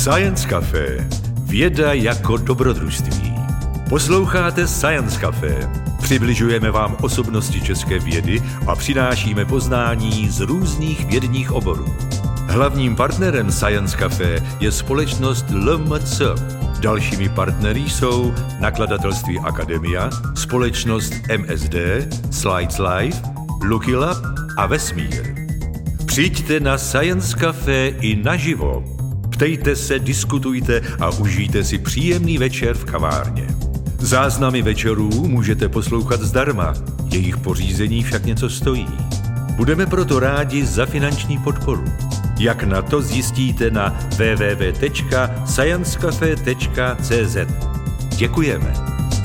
Science Café. Věda jako dobrodružství. Posloucháte Science Café. Přibližujeme vám osobnosti české vědy a přinášíme poznání z různých vědních oborů. Hlavním partnerem Science Café je společnost LMC. Dalšími partnery jsou nakladatelství Akademia, společnost MSD, Slides Live, Lucky Lab a Vesmír. Přijďte na Science Café i naživo. Ptejte se, diskutujte a užijte si příjemný večer v kavárně. Záznamy večerů můžete poslouchat zdarma, jejich pořízení však něco stojí. Budeme proto rádi za finanční podporu. Jak na to zjistíte na www.sciencecafe.cz. Děkujeme.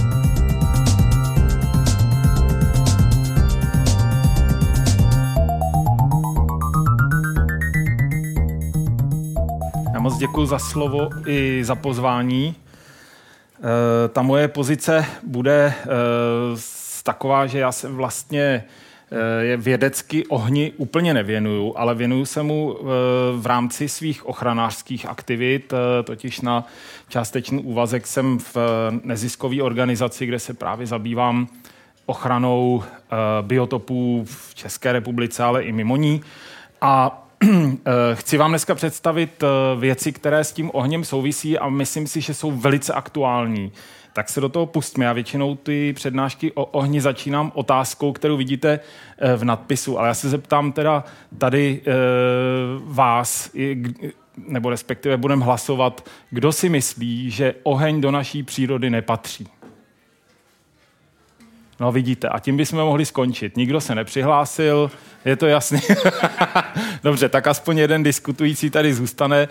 Já moc děkuji za slovo i za pozvání. Ta moje pozice bude taková, že já se vlastně vědecky ohni úplně nevěnuju, ale věnuju se mu v rámci svých ochranářských aktivit, totiž na částečný úvazek jsem v neziskové organizaci, kde se právě zabývám ochranou biotopů v České republice, ale i mimo ní. A chci vám dneska představit věci, které s tím ohněm souvisí a myslím si, že jsou velice aktuální. Tak se do toho pustíme. Já většinou ty přednášky o ohni začínám otázkou, kterou vidíte v nadpisu, ale já se zeptám teda tady vás, nebo respektive budeme hlasovat, kdo si myslí, že oheň do naší přírody nepatří. No vidíte, a tím bychom mohli skončit. Nikdo se nepřihlásil, je to jasný. Dobře, tak aspoň jeden diskutující tady zůstane.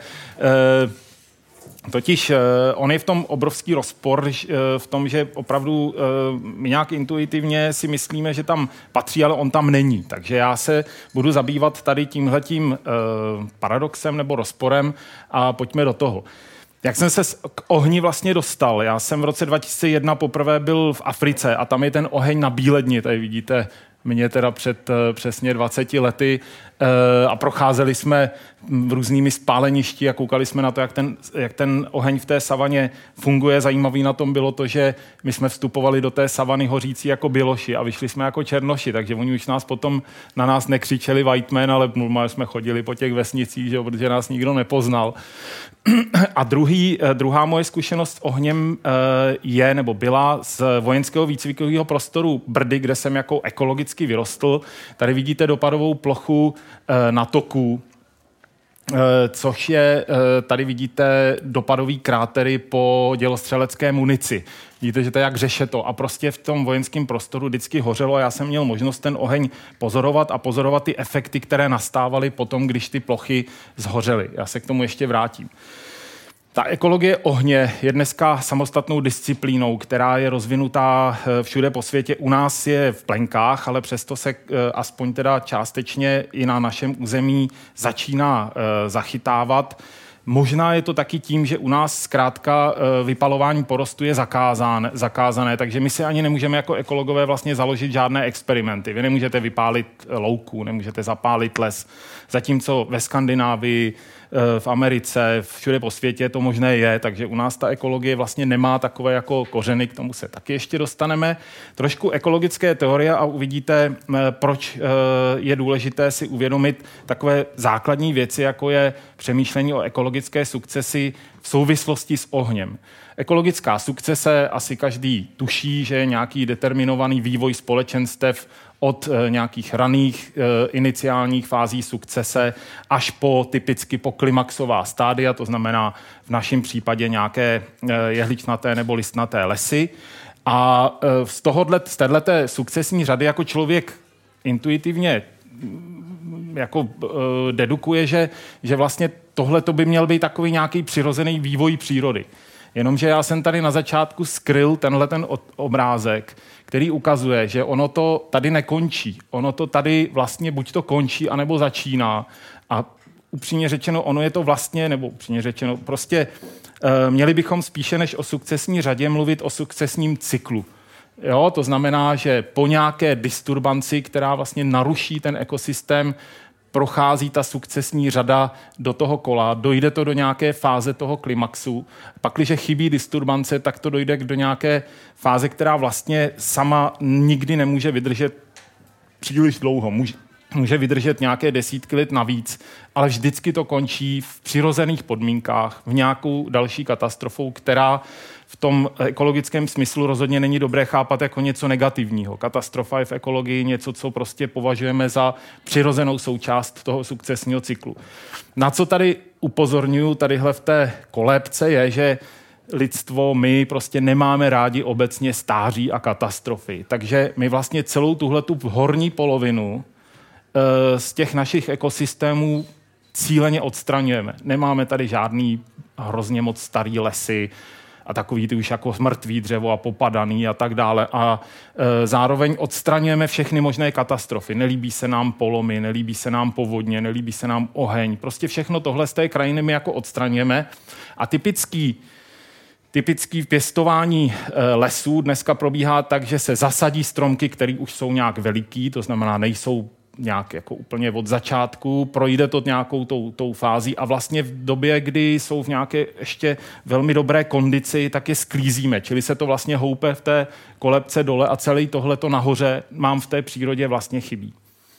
Totiž on je v tom obrovský rozpor v tom, že opravdu my nějak intuitivně si myslíme, že tam patří, ale on tam není. Takže já se budu zabývat tady tímhletím paradoxem nebo rozporem a pojďme do toho. Jak jsem se k ohni vlastně dostal? Já jsem v roce 2001 poprvé byl v Africe a tam je ten oheň na Bíledni, tady vidíte mě teda před přesně 20 lety a procházeli jsme různými spáleništi a koukali jsme na to, jak ten oheň v té savaně funguje. Zajímavý na tom bylo to, že my jsme vstupovali do té savany hořící jako běloši a vyšli jsme jako černoši, takže oni už nás potom na nás nekřičeli white man, ale jsme chodili po těch vesnicích, že, protože nás nikdo nepoznal. A druhá moje zkušenost s ohněm je, nebo byla z vojenského výcvikového prostoru Brdy, kde jsem jako ekologicky vyrostl. Tady vidíte dopadovou plochu na toku, což je, tady vidíte dopadový krátery po dělostřelecké munici. Vidíte, že to je jak řešeto a prostě v tom vojenském prostoru vždycky hořelo a já jsem měl možnost ten oheň pozorovat a pozorovat ty efekty, které nastávaly potom, když ty plochy zhořely. Já se k tomu ještě vrátím. Ta ekologie ohně je dneska samostatnou disciplínou, která je rozvinutá všude po světě. U nás je v plenkách, ale přesto se aspoň teda částečně i na našem území začíná zachytávat. Možná je to taky tím, že u nás zkrátka vypalování porostu je zakázané, takže my si ani nemůžeme jako ekologové vlastně založit žádné experimenty. Vy nemůžete vypálit louku, nemůžete zapálit les, zatímco ve Skandinávii, v Americe, všude po světě to možné je, takže u nás ta ekologie vlastně nemá takové jako kořeny, k tomu se taky ještě dostaneme. Trošku ekologické teorie a uvidíte, proč je důležité si uvědomit takové základní věci, jako je přemýšlení o ekologické sukcesi v souvislosti s ohněm. Ekologická sukcese, asi každý tuší, že je nějaký determinovaný vývoj společenstev od nějakých raných iniciálních fází sukcese až typicky po klimaxová stádia, to znamená v našem případě nějaké jehličnaté nebo listnaté lesy. A z téhleté sukcesní řady jako člověk intuitivně jako dedukuje, že vlastně tohleto by měl být takový nějaký přirozený vývoj přírody. Jenomže já jsem tady na začátku skryl ten obrázek, který ukazuje, že ono to tady nekončí. Ono to tady vlastně buď to končí, anebo začíná. A upřímně řečeno, ono je to vlastně, nebo upřímně řečeno, prostě měli bychom spíše než o sukcesní řadě mluvit o sukcesním cyklu. Jo, to znamená, že po nějaké disturbanci, která vlastně naruší ten ekosystém, prochází ta sukcesní řada do toho kola, dojde to do nějaké fáze toho klimaxu. Pakliže chybí disturbance, tak to dojde do nějaké fáze, která vlastně sama nikdy nemůže vydržet příliš dlouho. Může vydržet nějaké desítky let navíc, ale vždycky to končí v přirozených podmínkách, v nějakou další katastrofou, která v tom ekologickém smyslu rozhodně není dobré chápat jako něco negativního. Katastrofa je v ekologii něco, co prostě považujeme za přirozenou součást toho sukcesního cyklu. Na co tady upozorňuji tadyhle v té kolébce je, že lidstvo, my prostě nemáme rádi obecně stáří a katastrofy. Takže my vlastně celou tuhletu horní polovinu z těch našich ekosystémů cíleně odstraňujeme. Nemáme tady žádný hrozně moc starý lesy a takový ty už jako mrtvý dřevo a popadaný a tak dále. A zároveň odstraňujeme všechny možné katastrofy. Nelíbí se nám polomy, nelíbí se nám povodně, nelíbí se nám oheň. Prostě všechno tohle z té krajiny my jako odstraňujeme. A typický pěstování lesů dneska probíhá tak, že se zasadí stromky, které už jsou nějak veliký, to znamená, nejsou nějak jako úplně od začátku, projde to nějakou tou fází a vlastně v době, kdy jsou v nějaké ještě velmi dobré kondici, tak je sklízíme, čili se to vlastně houpe v té kolébce dole a celé tohleto nahoře mám v té přírodě vlastně chybí.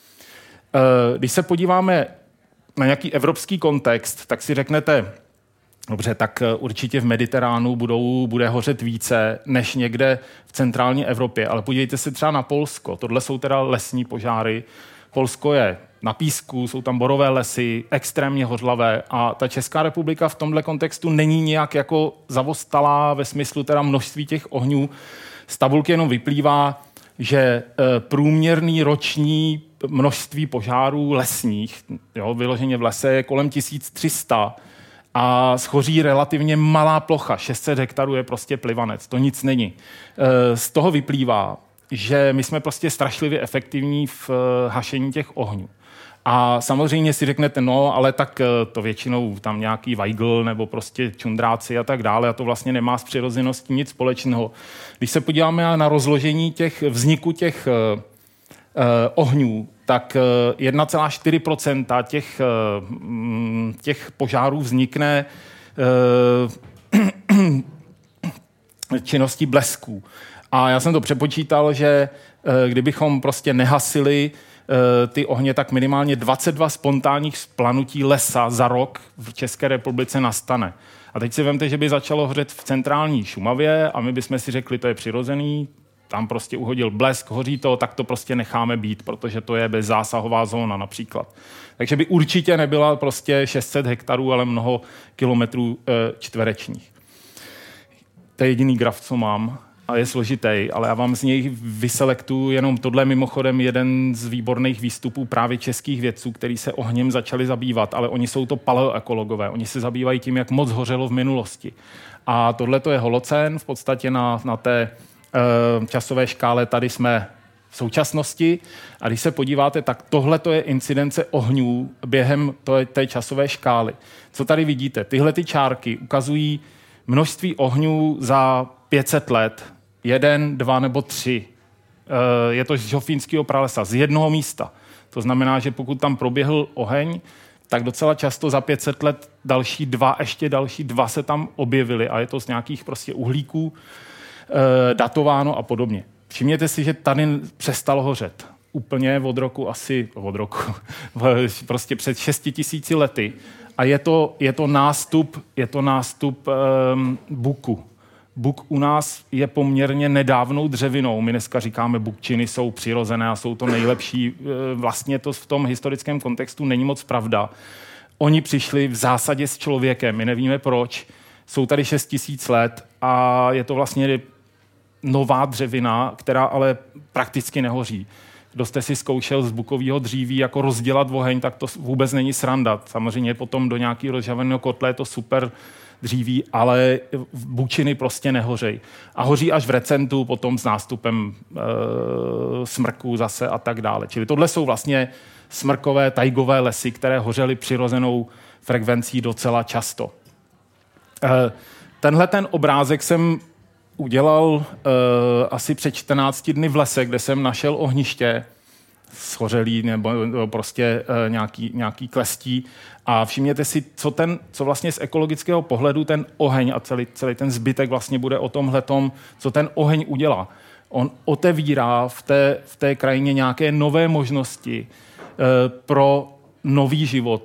Když se podíváme na nějaký evropský kontext, tak si řeknete, dobře, tak určitě v Mediteránu bude hořet více než někde v centrální Evropě, ale podívejte se třeba na Polsko, tohle jsou teda lesní požáry. Polsko je na písku, jsou tam borové lesy, extrémně hořlavé a ta Česká republika v tomhle kontextu není nějak jako zavostalá ve smyslu teda množství těch ohňů. Z tabulky jenom vyplývá, že průměrný roční množství požárů lesních, vyloženě v lese, je kolem 1300 a schoří relativně malá plocha, 600 hektarů je prostě plivanec, to nic není. Z toho vyplývá, že my jsme prostě strašlivě efektivní v hašení těch ohňů. A samozřejmě si řeknete, no, ale tak to většinou tam nějaký Weigl nebo prostě čundráci a tak dále a to vlastně nemá s přirozeností nic společného. Když se podíváme na rozložení vzniku těch ohňů, tak 1,4% těch požárů vznikne činností blesků. A já jsem to přepočítal, že kdybychom prostě nehasili ty ohně, tak minimálně 22 spontánních splanutí lesa za rok v České republice nastane. A teď si vemte, že by začalo hořet v centrální Šumavě a my bychom si řekli, to je přirozený, tam prostě uhodil blesk, hoří to, tak to prostě necháme být, protože to je bezzásahová zóna například. Takže by určitě nebyla prostě 600 hektarů, ale mnoho kilometrů čtverečních. To je jediný graf, co mám. A je složitý, ale já vám z něj vyselektuju jenom tohle mimochodem jeden z výborných výstupů právě českých vědců, kteří se ohněm začali zabývat, ale oni jsou to paleoekologové. Oni se zabývají tím, jak moc hořelo v minulosti. A tohle to je holocén, v podstatě na té časové škále tady jsme v současnosti. A když se podíváte, tak tohle to je incidence ohňů během té časové škály. Co tady vidíte? Tyhle ty čárky ukazují množství ohňů za 500 let. 1, 2 nebo 3. Je to z Žofínského pralesa, z jednoho místa. To znamená, že pokud tam proběhl oheň, tak docela často za 500 let ještě další dva se tam objevily a je to z nějakých prostě uhlíků datováno a podobně. Všimněte si, že tady přestalo hořet. Úplně od roku, prostě před 6000 lety. A je to nástup buku. Buk u nás je poměrně nedávnou dřevinou. My dneska říkáme, bukčiny jsou přirozené a jsou to nejlepší. Vlastně to v tom historickém kontextu není moc pravda. Oni přišli v zásadě s člověkem. My nevíme proč. Jsou tady 6000 let a je to vlastně nová dřevina, která ale prakticky nehoří. Kdo jste si zkoušel z bukového dříví jako rozdělat oheň, tak to vůbec není sranda. Samozřejmě potom do nějakého rozžaveného kotle je to super dříví, ale bučiny prostě nehořejí. A hoří až v recentu, potom s nástupem smrků zase a tak dále. Čili tohle jsou vlastně smrkové, tajgové lesy, které hořely přirozenou frekvencí docela často. Tenhle ten obrázek jsem udělal asi před 14 dny v lese, kde jsem našel ohniště schořelý nebo prostě nějaký klestí. A všimněte si, co vlastně z ekologického pohledu ten oheň a celý ten zbytek vlastně bude o tomhletom, co ten oheň udělá. On otevírá v té krajině nějaké nové možnosti pro nový život,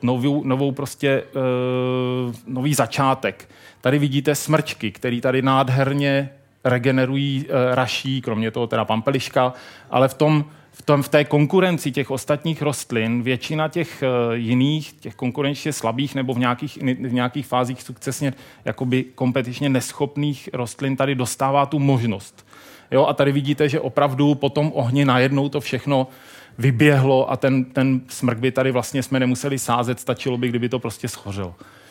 nový začátek. Tady vidíte smrčky, které tady nádherně regenerují raší, kromě toho teda pampeliška, ale v té konkurenci těch ostatních rostlin většina těch jiných, těch konkurenčně slabých nebo v nějakých fázích sukcesně jakoby kompetičně neschopných rostlin tady dostává tu možnost. Jo, a tady vidíte, že opravdu po tom ohni najednou to všechno vyběhlo a ten smrk by tady vlastně jsme nemuseli sázet, stačilo by, kdyby to prostě schořelo.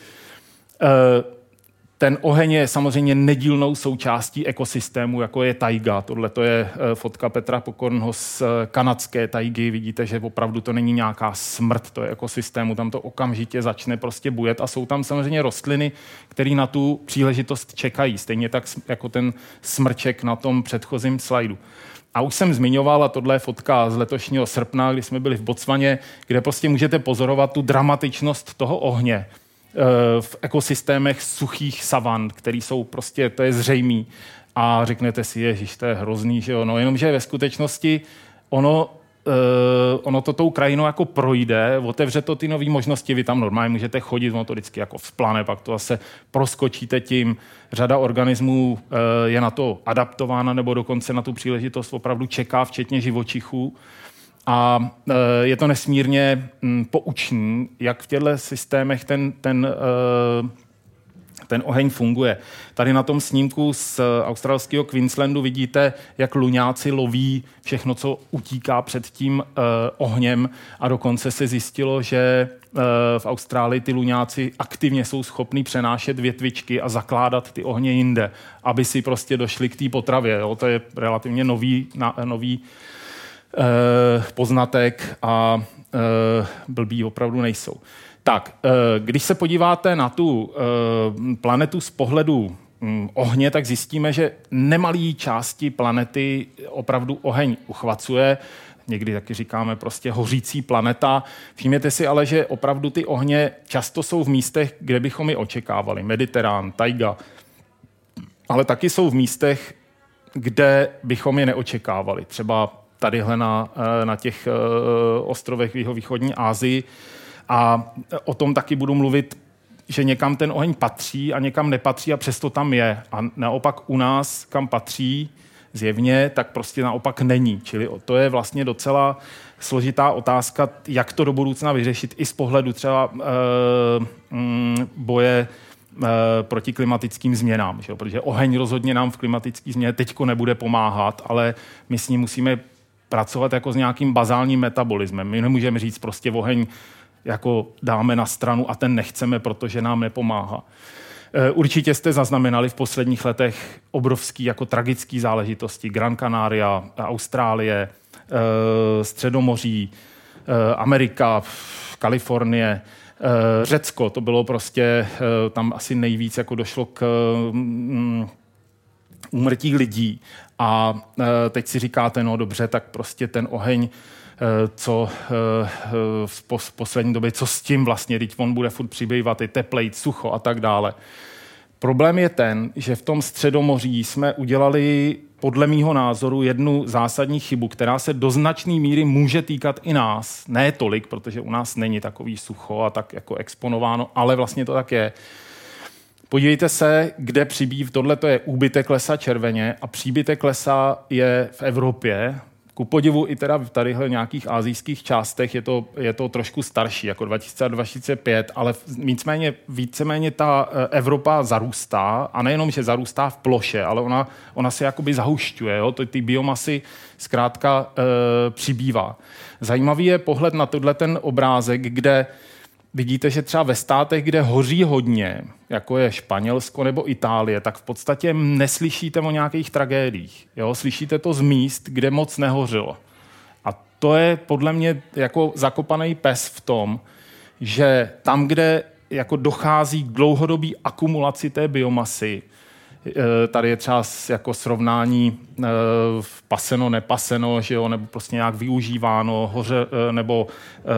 Ten oheň je samozřejmě nedílnou součástí ekosystému, jako je tajga. Tohle to je fotka Petra Pokorného z kanadské tajgy. Vidíte, že opravdu to není nějaká smrt, to je ekosystému, tam to okamžitě začne prostě bujet a jsou tam samozřejmě rostliny, které na tu příležitost čekají. Stejně tak jako ten smrček na tom předchozím slajdu. A už jsem zmiňoval, a tohle je fotka z letošního srpna, kdy jsme byli v Botswaně, kde prostě můžete pozorovat tu dramatičnost toho ohně v ekosystémech suchých savan, který jsou prostě, to je zřejmý. A řeknete si, ježiš, to je hrozný, že jo. No, jenomže ve skutečnosti ono to tou krajinou jako projde, otevře to ty nové možnosti, vy tam normálně můžete chodit, ono to vždycky jako vzplane, pak to zase proskočíte tím. Řada organismů je na to adaptována nebo dokonce na tu příležitost opravdu čeká, včetně živočichů. A je to nesmírně poučný, jak v těchto systémech ten oheň funguje. Tady na tom snímku z australského Queenslandu vidíte, jak luňáci loví všechno, co utíká před tím ohněm a dokonce se zjistilo, že v Austrálii ty luňáci aktivně jsou schopní přenášet větvičky a zakládat ty ohně jinde, aby si prostě došli k té potravě. Jo? To je relativně nový poznatek a blbí opravdu nejsou. Tak, když se podíváte na tu planetu z pohledu ohně, tak zjistíme, že nemalý části planety opravdu oheň uchvacuje. Někdy taky říkáme prostě hořící planeta. Všimněte si ale, že opravdu ty ohně často jsou v místech, kde bychom je očekávali. Mediterán, tajga. Ale taky jsou v místech, kde bychom je neočekávali. Třeba tadyhle na těch ostrovech v jihovýchodní Asii. A o tom taky budu mluvit, že někam ten oheň patří a někam nepatří a přesto tam je. A naopak u nás, kam patří zjevně, tak prostě naopak není. Čili to je vlastně docela složitá otázka, jak to do budoucna vyřešit i z pohledu třeba boje proti klimatickým změnám. Že? Protože oheň rozhodně nám v klimatické změně teďko nebude pomáhat, ale my s ním musíme pracovat jako s nějakým bazálním metabolismem. My nemůžeme říct prostě oheň jako dáme na stranu a ten nechceme, protože nám nepomáhá. Určitě jste zaznamenali v posledních letech obrovský jako tragický záležitosti. Gran Canaria, Austrálie, Středomoří, Amerika, Kalifornie, Řecko. To bylo prostě tam asi nejvíc jako došlo k úmrtí lidí. A teď si říkáte, no dobře, tak prostě ten oheň, co v poslední době, co s tím vlastně, teď on bude furt přibývat, i teplejt, sucho a tak dále. Problém je ten, že v tom Středomoří jsme udělali podle mýho názoru jednu zásadní chybu, která se do značné míry může týkat i nás. Ne tolik, protože u nás není takový sucho a tak jako exponováno, ale vlastně to tak je. Podívejte se, kde přibývá, tohle to je úbytek lesa červeně a příbytek lesa je v Evropě. Ku podivu i teda v tadyhle nějakých asijských částech je to trošku starší, jako 2005, ale nicméně víceméně ta Evropa zarůstá a nejenom, že zarůstá v ploše, ale ona se jakoby zahušťuje, jo? Ty biomasy zkrátka přibývá. Zajímavý je pohled na tenhle ten obrázek, kde vidíte, že třeba ve státech, kde hoří hodně, jako je Španělsko nebo Itálie, tak v podstatě neslyšíte o nějakých tragédiích. Jo? Slyšíte to z míst, kde moc nehořilo. A to je podle mě jako zakopaný pes v tom, že tam, kde jako dochází k dlouhodobý akumulaci té biomasy, Tady je třeba jako srovnání paseno, nepaseno, že jo, nebo prostě nějak využíváno, nebo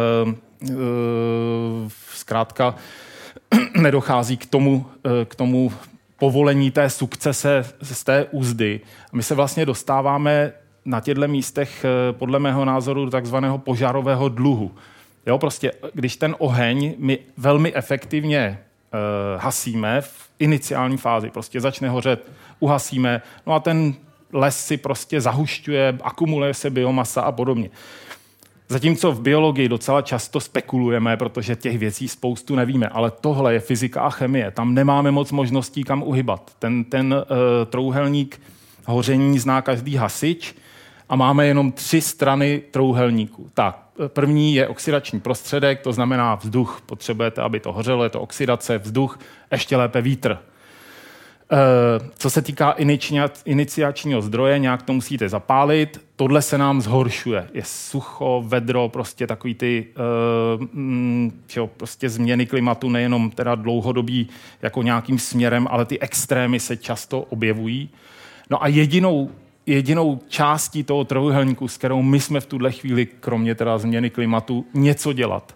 zkrátka nedochází k tomu povolení té sukcese z té uzdy. A my se vlastně dostáváme na těchto místech podle mého názoru do takzvaného požárového dluhu. Jo, prostě když ten oheň my velmi efektivně hasíme v iniciální fázi, prostě začne hořet, uhasíme, no a ten les si prostě zahušťuje, akumuluje se biomasa a podobně. Zatímco v biologii docela často spekulujeme, protože těch věcí spoustu nevíme, ale tohle je fyzika a chemie, tam nemáme moc možností kam uhybat. Ten trouhelník hoření zná každý hasič a máme jenom 3 strany trouhelníku. Tak, první je oxidační prostředek, to znamená vzduch. Potřebujete, aby to hořelo, je to oxidace, vzduch, ještě lépe vítr. Co se týká iniciačního zdroje, nějak to musíte zapálit. Tohle se nám zhoršuje. Je sucho, vedro, prostě takový ty prostě změny klimatu, nejenom teda dlouhodobí jako nějakým směrem, ale ty extrémy se často objevují. No a jedinou částí toho trojuhelníku, s kterou my jsme v tuhle chvíli, kromě teda změny klimatu, něco dělat,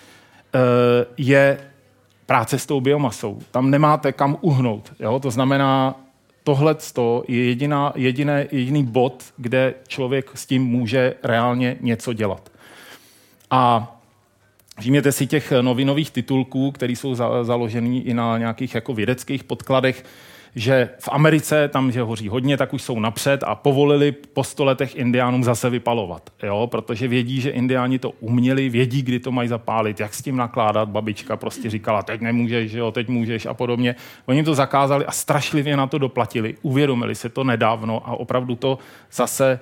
je práce s tou biomasou. Tam nemáte kam uhnout. Jo? To znamená, tohleto je jediný bod, kde člověk s tím může reálně něco dělat. A všimněte si těch novinových titulků, které jsou založený i na nějakých jako vědeckých podkladech, že v Americe, tam, že hoří hodně, tak už jsou napřed a povolili po 100 letech indiánům zase vypalovat. Jo? Protože vědí, že indiáni to uměli, vědí, kdy to mají zapálit, jak s tím nakládat. Babička prostě říkala, teď nemůžeš, jo, teď můžeš a podobně. Oni to zakázali a strašlivě na to doplatili. Uvědomili se to nedávno a opravdu to zase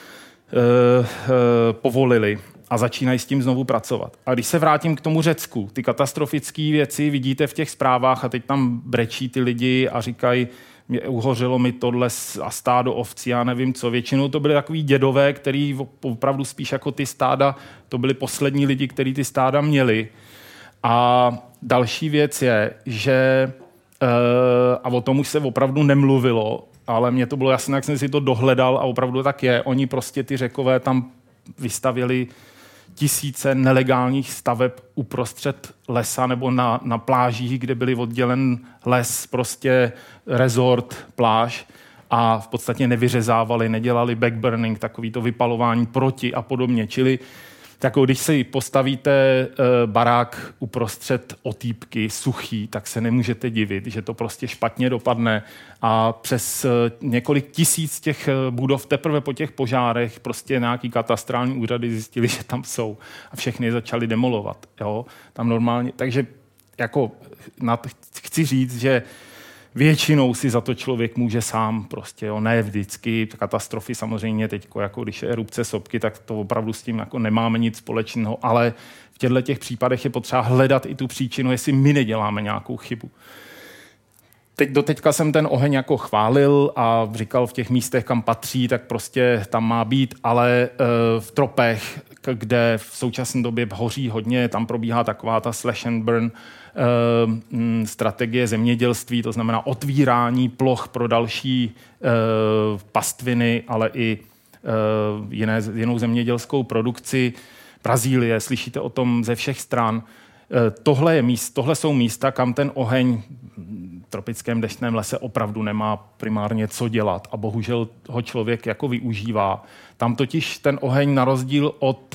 povolili. A začínají s tím znovu pracovat. A když se vrátím k tomu Řecku, ty katastrofické věci vidíte v těch zprávách a teď tam brečí ty lidi a říkají, uhořelo mi tohle a stádo ovcí, já nevím co. Většinou to byly takový dědové, který opravdu spíš jako ty stáda, to byli poslední lidi, kteří ty stáda měli. A další věc je, že, a o tom už se opravdu nemluvilo, ale mně to bylo jasné, jak jsem si to dohledal a opravdu tak je. Oni prostě ty Řekové tam vystavěli tisíce nelegálních staveb uprostřed lesa nebo na plážích, kde byly oddělen les, prostě resort, pláž a v podstatě nevyřezávali, nedělali backburning, takový to vypalování proti a podobně. Čili jako když si postavíte barák uprostřed otýpky, suchý, tak se nemůžete divit, že to prostě špatně dopadne a přes několik tisíc těch budov teprve po těch požárech prostě nějaký katastrální úřady zjistili, že tam jsou a všechny je začali demolovat. Jo? Tam normálně, takže jako chci říct, že většinou si za to člověk může sám, prostě, jo, ne vždycky. Katastrofy samozřejmě teď, jako když je erupce sopky, tak to opravdu s tím jako nemáme nic společného, ale v těchto těch případech je potřeba hledat i tu příčinu, jestli my neděláme nějakou chybu. Doteďka jsem ten oheň jako chválil a říkal v těch místech, kam patří, tak prostě tam má být, ale v tropech, kde v současné době hoří hodně, tam probíhá taková ta slash and burn strategie zemědělství, to znamená otvírání ploch pro další pastviny, ale i jinou zemědělskou produkci. Brazílie, slyšíte o tom ze všech stran. Tohle jsou místa, kam ten oheň v tropickém deštném lese opravdu nemá primárně co dělat a bohužel ho člověk jako využívá. Tam totiž ten oheň na rozdíl od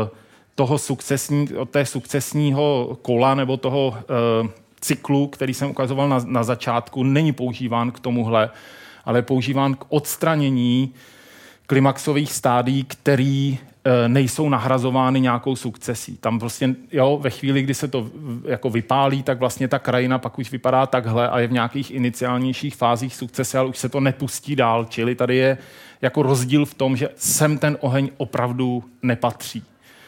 té sukcesního kola nebo toho cyklu, který jsem ukazoval na začátku, není používán k tomuhle, ale je používán k odstranění klimaxových stádií, který nejsou nahrazovány nějakou sukcesí. Tam prostě, jo, ve chvíli, kdy se to jako vypálí, tak vlastně ta krajina pak už vypadá takhle a je v nějakých iniciálnějších fázích sukcese, ale už se to nepustí dál. Čili tady je jako rozdíl v tom, že sem ten oheň opravdu nepatří.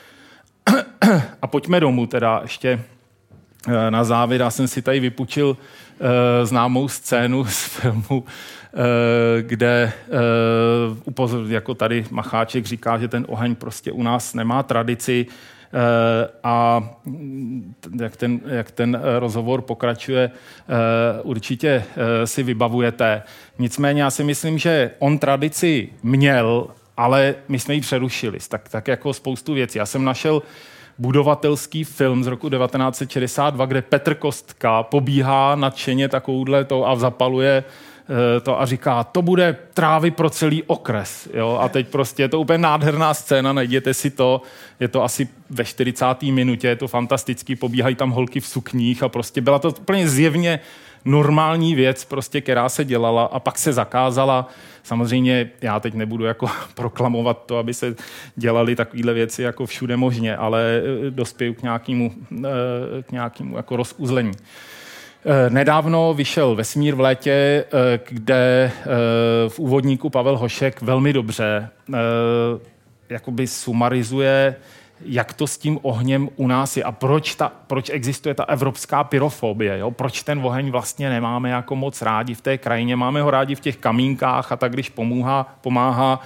A pojďme domů teda ještě na závěr. Já jsem si tady vypučil známou scénu z filmu, kde jako tady Macháček říká, že ten oheň prostě u nás nemá tradici. A jak ten rozhovor pokračuje, určitě si vybavujete. Nicméně já si myslím, že on tradici měl, ale my jsme ji přerušili. Tak jako spoustu věcí. Já jsem našel budovatelský film z roku 1962, kde Petr Kostka pobíhá nadšeně takovouhle to a zapaluje to a říká, to bude trávy pro celý okres. Jo? A teď prostě je to úplně nádherná scéna, najděte si to, je to asi ve 40. minutě, je to fantastický, pobíhají tam holky v sukních a prostě byla to úplně zjevně normální věc, prostě, která se dělala a pak se zakázala. Samozřejmě já teď nebudu jako proklamovat to, aby se dělaly takovéhle věci jako všude možně, ale dospěju k nějakému jako rozuzlení. Nedávno vyšel Vesmír v létě, kde v úvodníku Pavel Hošek velmi dobře jakoby sumarizuje, jak to s tím ohněm u nás je a proč existuje ta evropská pyrofobie. Jo? Proč ten oheň vlastně nemáme jako moc rádi v té krajině. Máme ho rádi v těch kamínkách a tak, když pomáhá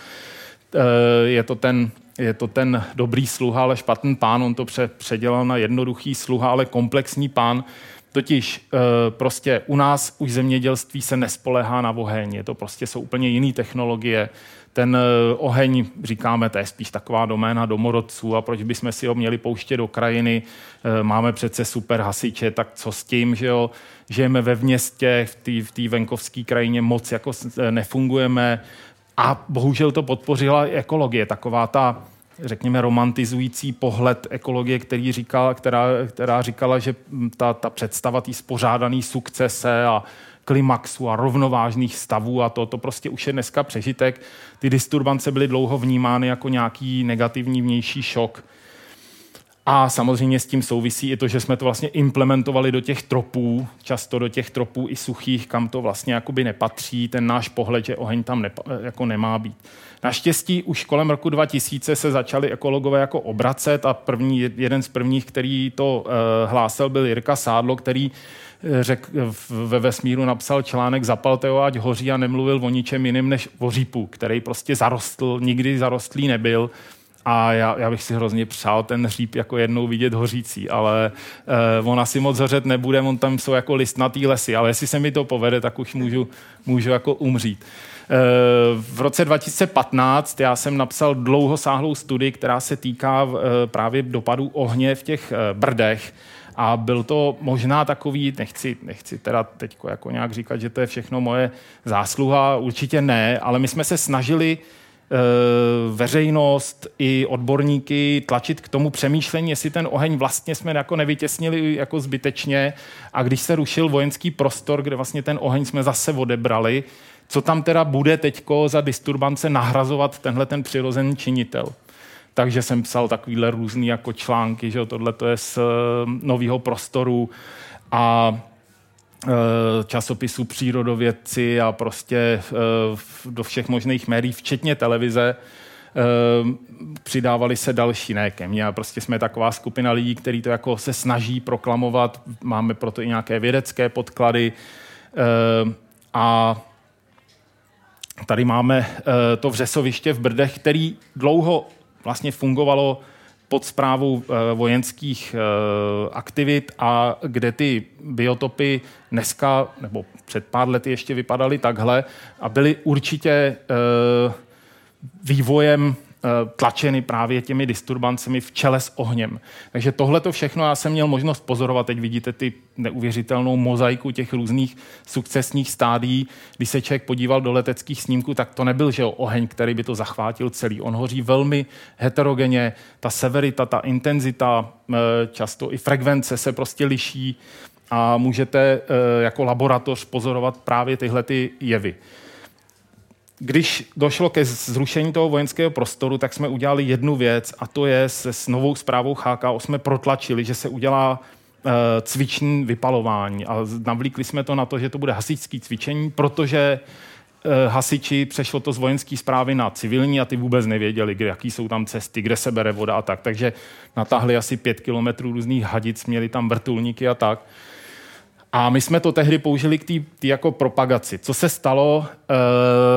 je to ten dobrý sluha, ale špatný pán. On to předělal na jednoduchý sluha, ale komplexní pán. Totiž prostě u nás už zemědělství se nespoléhá na oheň. Je to prostě jsou úplně jiné technologie. Ten oheň, říkáme, to je spíš taková doména domorodců a proč bychom si ho měli pouštět do krajiny. Máme přece super hasiče, tak co s tím, že jo? Žijeme ve městě, v té venkovské krajině moc jako nefungujeme a bohužel to podpořila ekologie, taková ta, řekněme, romantizující pohled ekologie, která říkala, že ta představa té spořádaný sukcese a klimaxu a rovnovážných stavů a to prostě už je dneska přežitek. Ty disturbance byly dlouho vnímány jako nějaký negativní vnější šok. A samozřejmě s tím souvisí i to, že jsme to vlastně implementovali do těch tropů, často do těch tropů i suchých, kam to vlastně jakoby nepatří, ten náš pohled, že oheň tam jako nemá být. Naštěstí už kolem roku 2000 se začali ekologové jako obracet a jeden z prvních, který to hlásil, byl Jirka Sádlo, který ve Vesmíru napsal článek Zapalte ho, ať hoří a nemluvil o ničem jiném než o řípu, který prostě nikdy zarostlý nebyl. A já bych si hrozně přál ten hříb jako jednou vidět hořící, ale on asi moc hořet nebude, on tam jsou jako listnatý lesy, ale jestli se mi to povede, tak už můžu jako umřít. V roce 2015 já jsem napsal dlouhosáhlou studii, která se týká právě dopadů ohně v těch Brdech. A byl to možná takový, nechci teda teď jako nějak říkat, že to je všechno moje zásluha, určitě ne, ale my jsme se snažili veřejnost i odborníky tlačit k tomu přemýšlení, jestli ten oheň vlastně jsme jako nevytěsnili jako zbytečně a když se rušil vojenský prostor, kde vlastně ten oheň jsme zase odebrali, co tam teda bude teďko za disturbance nahrazovat tenhle ten přirozený činitel. Takže jsem psal takovýhle různý jako články, že tohle to je z Nového prostoru a časopisu Přírodovědci a prostě do všech možných médií, včetně televize, přidávali se další, ne ke mně, a prostě jsme taková skupina lidí, kteří to jako se snaží proklamovat, máme proto i nějaké vědecké podklady a tady máme to vřesoviště v Brdech, který dlouho vlastně fungovalo pod správou vojenských aktivit a kde ty biotopy dneska, nebo před pár lety ještě vypadaly takhle a byly určitě vývojem tlačeny právě těmi disturbancemi v čele s ohněm. Takže tohleto všechno já jsem měl možnost pozorovat. Teď vidíte ty neuvěřitelnou mozaiku těch různých sukcesních stádií. Když se člověk podíval do leteckých snímků, tak to nebyl, že oheň, který by to zachvátil celý. On hoří velmi heterogenně. Ta severita, ta intenzita, často i frekvence se prostě liší a můžete jako laboratoř pozorovat právě tyhle ty jevy. Když došlo ke zrušení toho vojenského prostoru, tak jsme udělali jednu věc a to je s novou zprávou HKO jsme protlačili, že se udělá cvičný vypalování a navlíkli jsme to na to, že to bude hasičský cvičení, protože hasiči přešlo to z vojenské správy na civilní a ty vůbec nevěděli, jaký jsou tam cesty, kde se bere voda a tak. Takže natáhli asi 5 kilometrů různých hadic, měli tam vrtulníky a tak. A my jsme to tehdy použili k té jako propagaci. Co se stalo?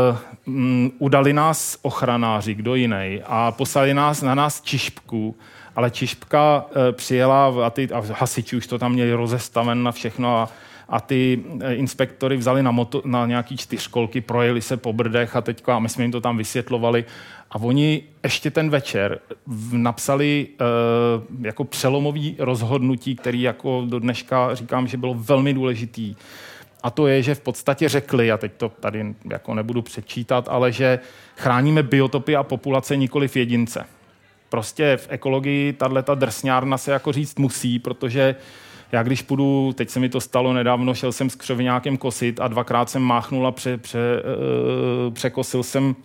Udali nás ochranáři, kdo jiný, a poslali na nás čišpku ale čišpka přijela a hasiči už to tam měli rozestaven na všechno a ty inspektory vzali na nějaký 4kolky, projeli se po Brdech a my jsme jim to tam vysvětlovali. A oni ještě ten večer napsali jako přelomový rozhodnutí, který jako do dneška říkám, že bylo velmi důležitý. A to je, že v podstatě řekli, a teď to tady jako nebudu přečítat, ale že chráníme biotopy a populace, nikoliv jedince. Prostě v ekologii tato drsňárna se jako říct musí, protože já když půjdu, teď se mi to stalo nedávno, šel jsem s křoviňákem kosit a 2krát jsem máchnul a překosil jsem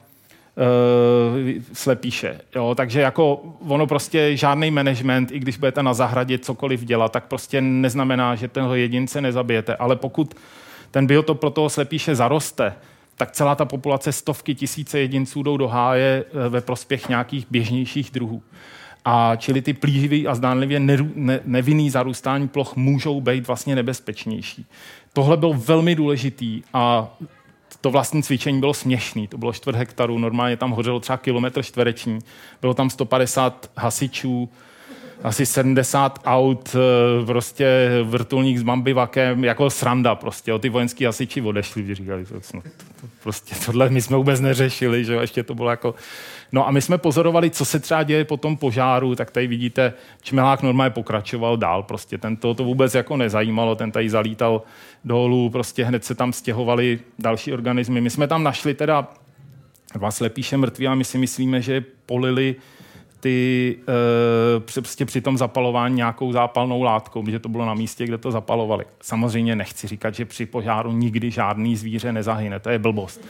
slepíše. Jo? Takže jako ono prostě žádný management, i když budete na zahradě cokoliv dělat, tak prostě neznamená, že toho jedince nezabijete. Ale pokud ten biotop pro toho slepíše zaroste, tak celá ta populace, stovky, tisíce jedinců jdou do háje ve prospěch nějakých běžnějších druhů. A čili ty plíživý a zdánlivě nevinný zarůstání ploch můžou být vlastně nebezpečnější. Tohle bylo velmi důležitý a to vlastní cvičení bylo směšný. To bylo 4 hektarů, normálně tam hořelo třeba kilometr čtvereční. Bylo tam 150 hasičů, asi 70 aut, prostě vrtulník s bambivakem, jako sranda prostě. Ty vojenský hasiči odešli, říkali, prostě tohle my jsme vůbec neřešili, že ještě to bylo jako... No a my jsme pozorovali, co se třeba děje po tom požáru, tak tady vidíte, čmelák normálně pokračoval dál, prostě to vůbec jako nezajímalo, ten tady zalítal dolů, prostě hned se tam stěhovaly další organismy. My jsme tam našli teda 2 slepíše mrtví a my si myslíme, že polili prostě při tom zapalování nějakou zápalnou látkou, protože to bylo na místě, kde to zapalovali. Samozřejmě nechci říkat, že při požáru nikdy žádný zvíře nezahyne, to je blbost.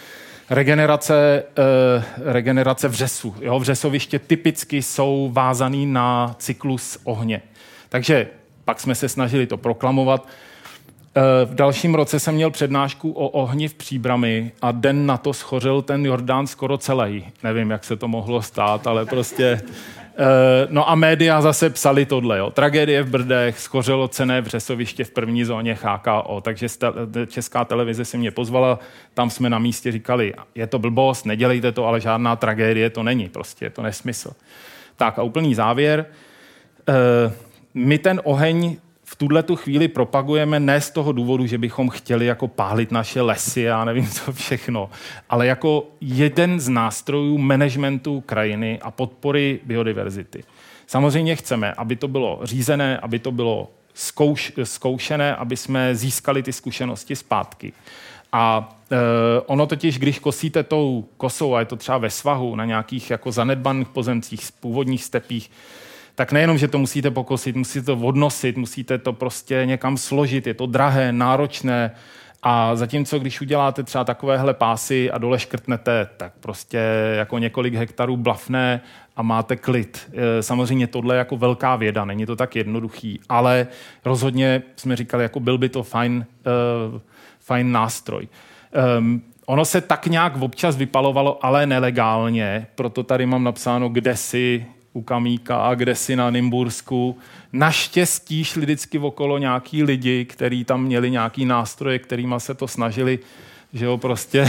Regenerace vřesu. Jo, vřesoviště typicky jsou vázaný na cyklus ohně. Takže pak jsme se snažili to proklamovat. V dalším roce jsem měl přednášku o ohni v Příbrami a den na to schořel ten Jordán skoro celý. Nevím, jak se to mohlo stát, ale prostě... No a média zase psali tohle. Jo. Tragédie v Brdech, schořelo cenné vřesoviště v první zóně HKO. Takže Česká televize si mě pozvala, tam jsme na místě říkali, je to blbost, nedělejte to, ale žádná tragédie to není. Prostě je to nesmysl. Tak a úplný závěr. My ten oheň v tuhletu chvíli propagujeme ne z toho důvodu, že bychom chtěli jako pálit naše lesy a nevím co všechno, ale jako jeden z nástrojů managementu krajiny a podpory biodiverzity. Samozřejmě chceme, aby to bylo řízené, aby to bylo zkoušené, aby jsme získali ty zkušenosti zpátky. A ono totiž, když kosíte tou kosou, a je to třeba ve svahu, na nějakých jako zanedbaných pozemcích, původních stepích, tak nejenom, že to musíte pokosit, musíte to odnosit, musíte to prostě někam složit, je to drahé, náročné a zatímco, když uděláte třeba takovéhle pásy a dole škrtnete, tak prostě jako několik hektarů blafne a máte klid. Samozřejmě tohle je jako velká věda, není to tak jednoduchý, ale rozhodně jsme říkali, jako byl by to fajn nástroj. Ono se tak nějak občas vypalovalo, ale nelegálně, proto tady mám napsáno kdesi u Kamíka a kdesi na Nymbursku. Naštěstí šli vždycky okolo nějaký lidi, kteří tam měli nějaký nástroje, kterýma se to snažili, že ho prostě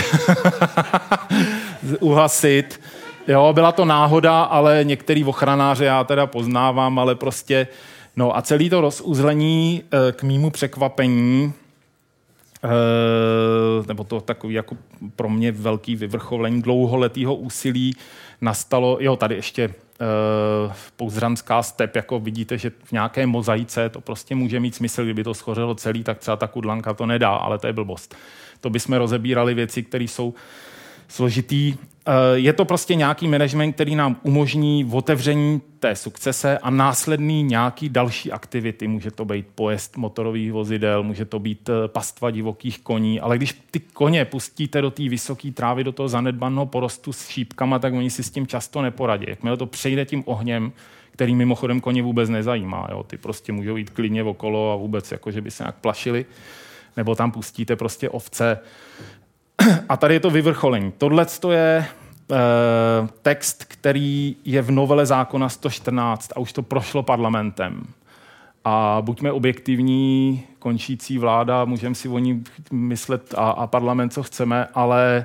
uhasit. Jo, byla to náhoda, ale některý ochranáře já teda poznávám, ale prostě... No a celý to rozuzlení k mému překvapení, nebo to takový jako pro mě velký vyvrcholení dlouholetého úsilí nastalo, jo, tady ještě Pouzranská step, jako vidíte, že v nějaké mozaice to prostě může mít smysl, kdyby to schořelo celý, tak třeba ta kudlanka to nedá, ale to je blbost. To bychom rozebírali věci, které jsou složitý. Je to prostě nějaký management, který nám umožní otevření té sukcese a následný nějaký další aktivity. Může to být pojezd motorových vozidel, může to být pastva divokých koní, ale když ty koně pustíte do té vysoké trávy, do toho zanedbaného porostu s šípkama, tak oni si s tím často neporadí. Jakmile to přejde tím ohněm, který mimochodem koně vůbec nezajímá. Jo? Ty prostě můžou jít klidně okolo a vůbec jako, že by se nějak plašili. Nebo tam pustíte prostě ovce. A tady je to vyvrcholení. Tohle je text, který je v novele zákona 114 a už to prošlo parlamentem. A buďme objektivní, končící vláda, můžeme si o ní myslet a parlament, co chceme, ale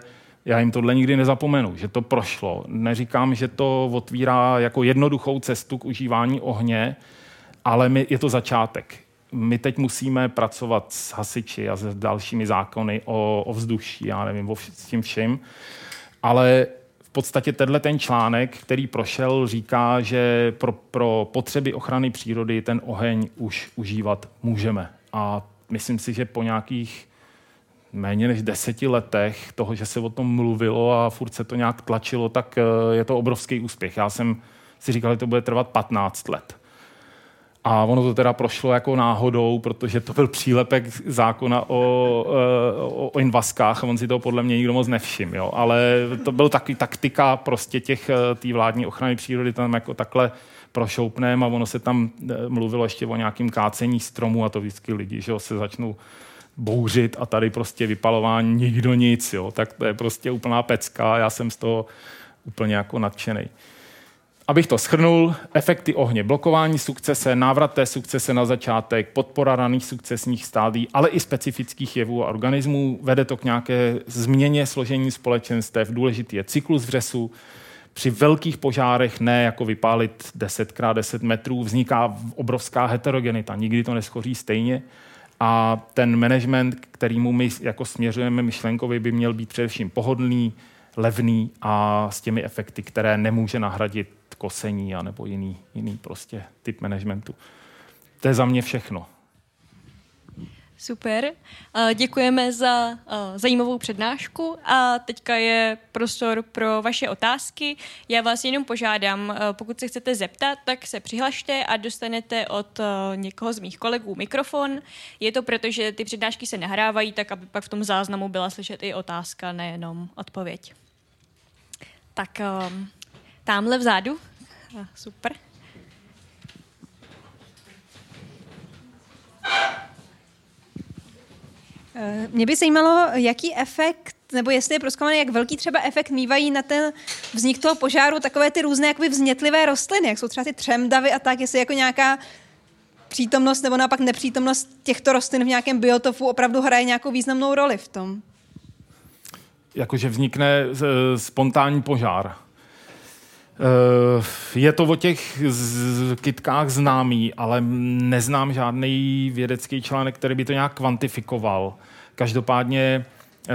já jim tohle nikdy nezapomenu, že to prošlo. Neříkám, že to otvírá jako jednoduchou cestu k užívání ohně, ale je to začátek. My teď musíme pracovat s hasiči a s dalšími zákony o vzduší, já nevím, s tím vším, ale v podstatě ten článek, který prošel, říká, že pro potřeby ochrany přírody ten oheň už užívat můžeme. A myslím si, že po nějakých méně než 10 letech toho, že se o tom mluvilo a furt se to nějak tlačilo, tak je to obrovský úspěch. Já jsem si říkal, že to bude trvat 15 let. A ono to teda prošlo jako náhodou, protože to byl přílepek zákona o invazkách a on si to podle mě nikdo moc nevšiml. Jo. Ale to byl takový taktika prostě té vládní ochrany přírody, tam jako takhle prošoupném a ono se tam mluvilo ještě o nějakém kácení stromů a to vždycky lidi, že jo, se začnou bouřit a tady prostě vypalování nikdo nic. Jo. Tak to je prostě úplná pecka a já jsem z toho úplně jako nadšenej. Abych to shrnul, efekty ohně, blokování sukcese, návrat té sukcese na začátek, podpora raných sukcesních stádií, ale i specifických jevů a organismů. Vede to k nějaké změně složení společenstev. Důležitý je cyklus vřesu. Při velkých požárech, ne jako vypálit 10x10 metrů, vzniká obrovská heterogenita. Nikdy to neschoří stejně. A ten management, kterýmu my jako směřujeme myšlenkově, by měl být především pohodlný, levný a s těmi efekty, které nemůže nahradit kosení a nebo jiný prostě typ managementu. To je za mě všechno. Super. Děkujeme za zajímavou přednášku a teďka je prostor pro vaše otázky. Já vás jenom požádám, pokud se chcete zeptat, tak se přihlašte a dostanete od někoho z mých kolegů mikrofon. Je to proto, že ty přednášky se nahrávají, tak aby pak v tom záznamu byla slyšet i otázka, nejenom odpověď. Tak támhle vzadu. Super. Mě by zajímalo, jaký efekt, nebo jestli je prozkoumaný, jak velký třeba efekt mívají na ten vznik toho požáru takové ty různé jakoby vznětlivé rostliny, jak jsou třeba ty třemdavy a tak, jestli jako nějaká přítomnost nebo naopak nepřítomnost těchto rostlin v nějakém biotopu opravdu hraje nějakou významnou roli v tom. Jakože vznikne spontánní požár. Je to o těch kytkách známý, ale neznám žádný vědecký článek, který by to nějak kvantifikoval. Každopádně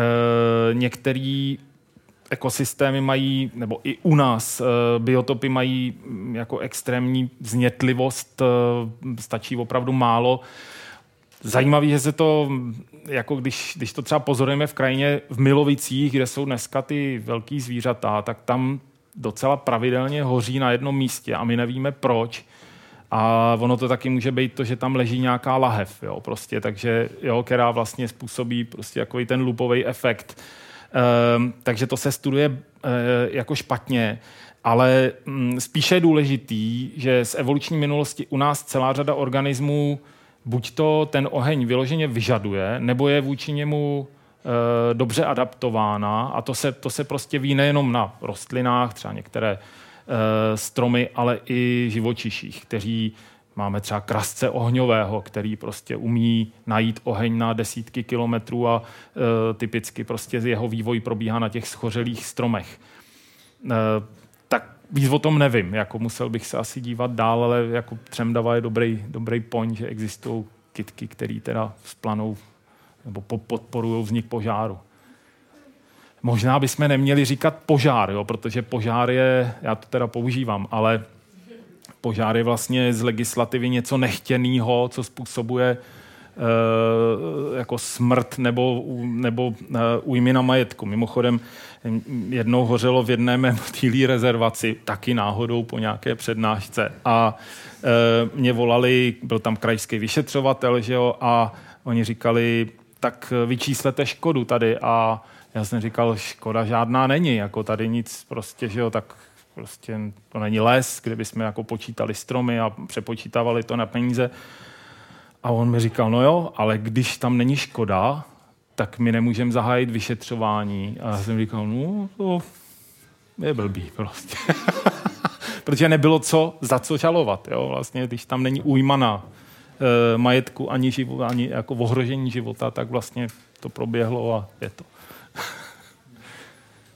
některé ekosystémy mají, nebo i u nás biotopy mají jako extrémní vznětlivost, stačí opravdu málo. Zajímavé, že se to, jako když to třeba pozorujeme v krajině v Milovicích, kde jsou dneska ty velký zvířata, tak tam docela pravidelně hoří na jednom místě a my nevíme proč. A ono to taky může být to, že tam leží nějaká lahev, jo, prostě, takže, jo, která vlastně způsobí prostě jako ten lupový efekt. Takže to se studuje jako špatně, ale spíše je důležitý, že z evoluční minulosti u nás celá řada organismů buď to ten oheň vyloženě vyžaduje, nebo je vůči němu dobře adaptována a to se prostě ví nejenom na rostlinách, třeba některé stromy, ale i živočiších, kteří máme třeba krasce ohňového, který prostě umí najít oheň na desítky kilometrů a typicky prostě jeho vývoj probíhá na těch schořelých stromech. Tak víc o tom nevím, jako musel bych se asi dívat dál, ale jako třemdava je dobrý point, že existují kytky, které teda vzplanou nebo podporují vznik požáru. Možná bychom neměli říkat požár, jo, protože požár je, já to teda používám, ale požár je vlastně z legislativy něco nechtěného, co způsobuje jako smrt nebo újmy na majetku. Mimochodem jednou hořelo v jedné motýlí rezervaci, taky náhodou po nějaké přednášce. A mě volali, byl tam krajský vyšetřovatel, že jo, a oni říkali, tak vyčíslete škodu tady. A já jsem říkal, škoda žádná není, jako tady nic prostě, že jo, tak prostě to není les, kde bychom jako počítali stromy a přepočítávali to na peníze. A on mi říkal, no jo, ale když tam není škoda, tak my nemůžeme zahájit vyšetřování. A já jsem říkal, no to je blbý prostě. Protože nebylo za co žalovat, jo, vlastně, když tam není újma na majetku ani jako ohrožení života, tak vlastně to proběhlo a je to.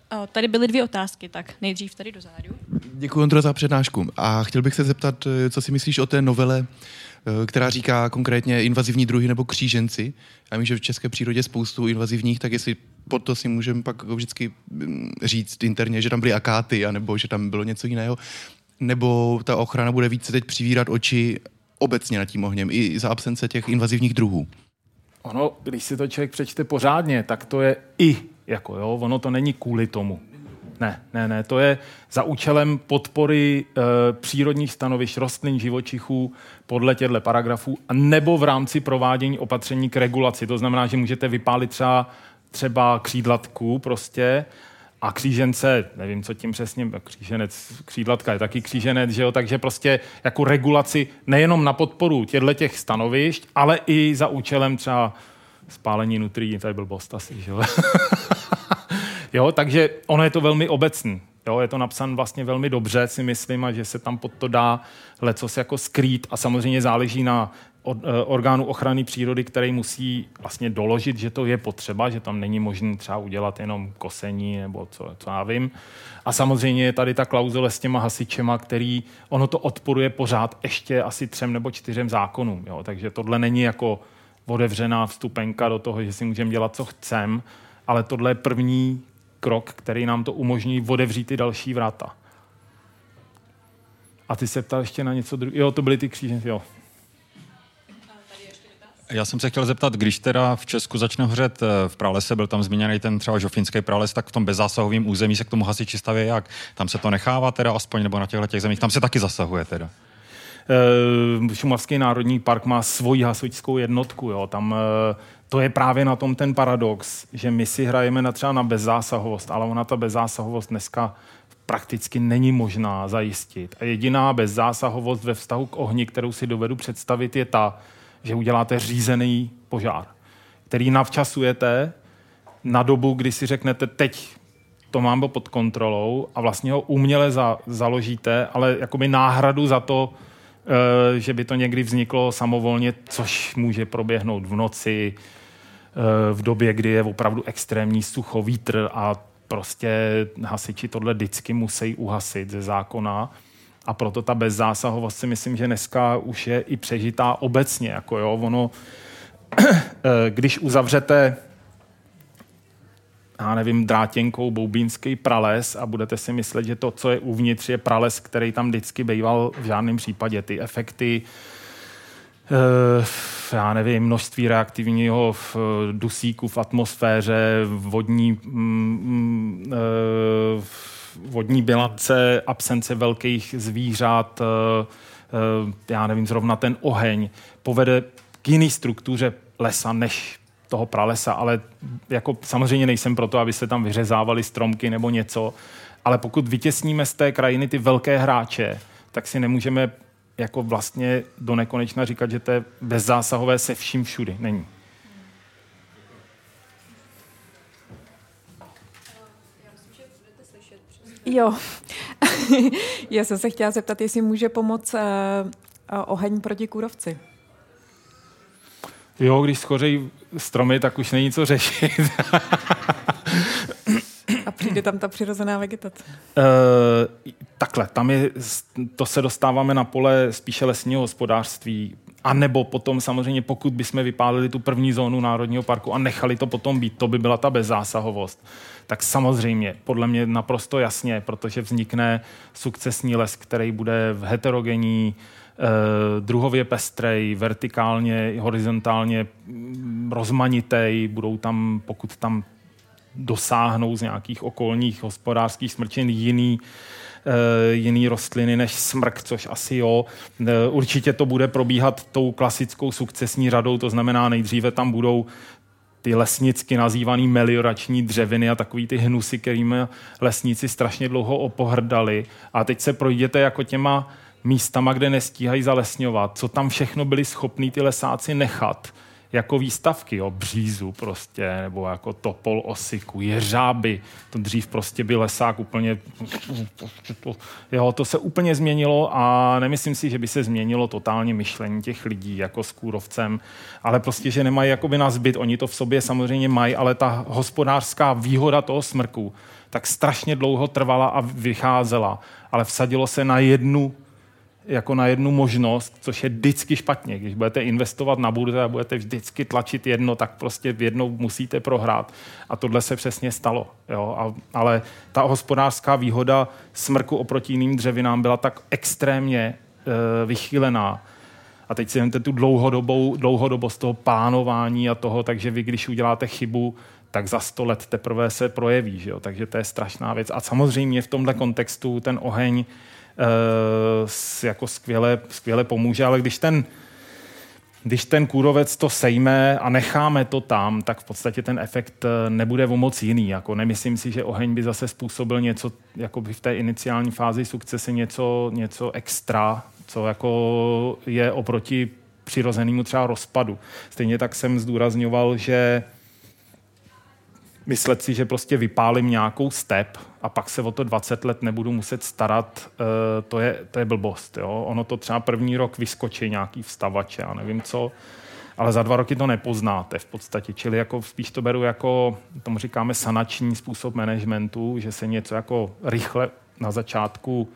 Tady byly 2 otázky, tak nejdřív tady dozadu. Děkuji, Ondro, za přednášku. A chtěl bych se zeptat, co si myslíš o té novele, která říká konkrétně invazivní druhy nebo kříženci. Já vím, že v české přírodě spoustu invazivních, tak jestli pod to si můžeme pak vždycky říct interně, že tam byly akáty, anebo že tam bylo něco jiného, nebo ta ochrana bude více teď přivírat oči obecně nad tím ohněm, i za absence těch invazivních druhů. Ono, když si to člověk přečte pořádně, tak to je i, jako jo, ono to není kvůli tomu. Ne, to je za účelem podpory přírodních stanovišť rostlin, živočichů podle těchto paragrafů, nebo v rámci provádění opatření k regulaci. To znamená, že můžete vypálit třeba křídlatku prostě a křížence, nevím, co tím přesně, křídlatka je taky kříženec, že jo, takže prostě jako regulaci nejenom na podporu těch stanovišť, ale i za účelem třeba spálení nutриí, to je blbost asi, že jo. Jo, takže ono je to velmi obecný. Jo, je to napsané vlastně velmi dobře, si myslím, a že se tam pod to dá lecos jako skrýt a samozřejmě záleží na orgánu ochrany přírody, který musí vlastně doložit, že to je potřeba, že tam není možné třeba udělat jenom kosení nebo co já vím. A samozřejmě je tady ta klauzule s těma hasičema, který ono to odporuje pořád ještě asi 3 nebo 4 zákonům. Jo, takže tohle není jako otevřená vstupenka do toho, že si můžeme dělat, co chceme, ale tohle je první krok, který nám to umožní otevřít ty další vrata. A ty se ptal ještě na něco druhého. Jo, to byly ty kříženci, jo. Já jsem se chtěl zeptat, když teda v Česku začne hořet v pralese, byl tam zmíněný ten třeba žofínský prales, tak v tom bezzásahovém území se k tomu hasiči staví jak? Tam se to nechává teda aspoň, nebo na těchto zemích, tam se taky zasahuje teda? Šumavský národní park má svoji hasičskou jednotku, jo. Tam to je právě na tom ten paradox, že my si hrajeme třeba na bezzásahovost, ale ona ta bezzásahovost dneska prakticky není možná zajistit. A jediná bezzásahovost ve vztahu k ohni, kterou si dovedu představit, je ta, že uděláte řízený požár, který navčasujete na dobu, kdy si řeknete, teď to mám pod kontrolou a vlastně ho uměle založíte, ale jakoby náhradu za to, že by to někdy vzniklo samovolně, což může proběhnout v noci, v době, kdy je opravdu extrémní sucho, vítr a prostě hasiči tohle vždycky musí uhasit ze zákona. A proto ta bezzásahovost si myslím, že dneska už je i přežitá obecně. Jako jo, ono, když uzavřete já nevím, drátěnkou boubínský prales a budete si myslet, že to, co je uvnitř, je prales, který tam vždycky býval, v žádném případě. Ty efekty, já nevím, množství reaktivního dusíku v atmosféře, vodní bilance, absence velkých zvířat, já nevím, zrovna ten oheň povede k jiný struktuře lesa než toho pralesa, ale jako samozřejmě nejsem proto, aby se tam vyřezávali stromky nebo něco, ale pokud vytěsníme z té krajiny ty velké hráče, tak si nemůžeme jako vlastně do nekonečna říkat, že to je bezzásahové se vším všudy. Není. Jo. Já jsem se chtěla zeptat, jestli může pomoct oheň proti kůrovci. Jo, když schořejí stromy, tak už není co řešit. A přijde tam ta přirozená vegetace? Takhle, to se dostáváme na pole spíše lesního hospodářství, a nebo potom samozřejmě, pokud bychom vypálili tu první zónu národního parku a nechali to potom být, to by byla ta bezzásahovost. Tak samozřejmě, podle mě naprosto jasně, protože vznikne sukcesní les, který bude heterogenní, druhově pestrej, vertikálně, horizontálně rozmanitej, budou tam, pokud tam dosáhnou z nějakých okolních hospodářských smrčin jiný rostliny než smrk, což asi jo. Určitě to bude probíhat tou klasickou sukcesní řadou, to znamená nejdříve tam budou ty lesnicky nazývaný meliorační dřeviny a takový ty hnusy, kterými lesníci strašně dlouho opohrdali. A teď se projděte jako těma místama, kde nestíhají zalesňovat, co tam všechno byli schopní ty lesáci nechat, jako výstavky, jo, břízu prostě, nebo jako topol, osiku, jeřáby, to dřív prostě byl lesák úplně, jo, to se úplně změnilo a nemyslím si, že by se změnilo totálně myšlení těch lidí jako s kůrovcem, ale prostě, že nemají jakoby na zbyt, oni to v sobě samozřejmě mají, ale ta hospodářská výhoda toho smrku tak strašně dlouho trvala a vycházela, ale vsadilo se na jednu možnost, což je vždycky špatně. Když budete investovat na burze a budete vždycky tlačit jedno, tak prostě jednou musíte prohrát. A tohle se přesně stalo. Jo? Ale ta hospodářská výhoda smrku oproti jiným dřevinám byla tak extrémně vychýlená. A teď si jdete tu dlouhodobost toho plánování a toho, takže vy, když uděláte chybu, tak za 100 let teprve se projeví. Že jo? Takže to je strašná věc. A samozřejmě v tomhle kontextu ten oheň jako skvěle pomůže, ale když ten kůrovec to sejme a necháme to tam, tak v podstatě ten efekt nebude o moc jiný. Jako nemyslím si, že oheň by zase způsobil něco, jako by v té iniciální fázi sukcese něco extra, co jako je oproti přirozenému třeba rozpadu. Stejně tak jsem zdůrazňoval, že myslet si, že prostě vypálím nějakou step a pak se o to 20 let nebudu muset starat, to je blbost. Jo? Ono to třeba první rok vyskočí nějaký vstavače, já nevím co, ale za 2 roky to nepoznáte v podstatě. Čili jako spíš to beru jako, tomu říkáme sanační způsob managementu, že se něco jako rychle na začátku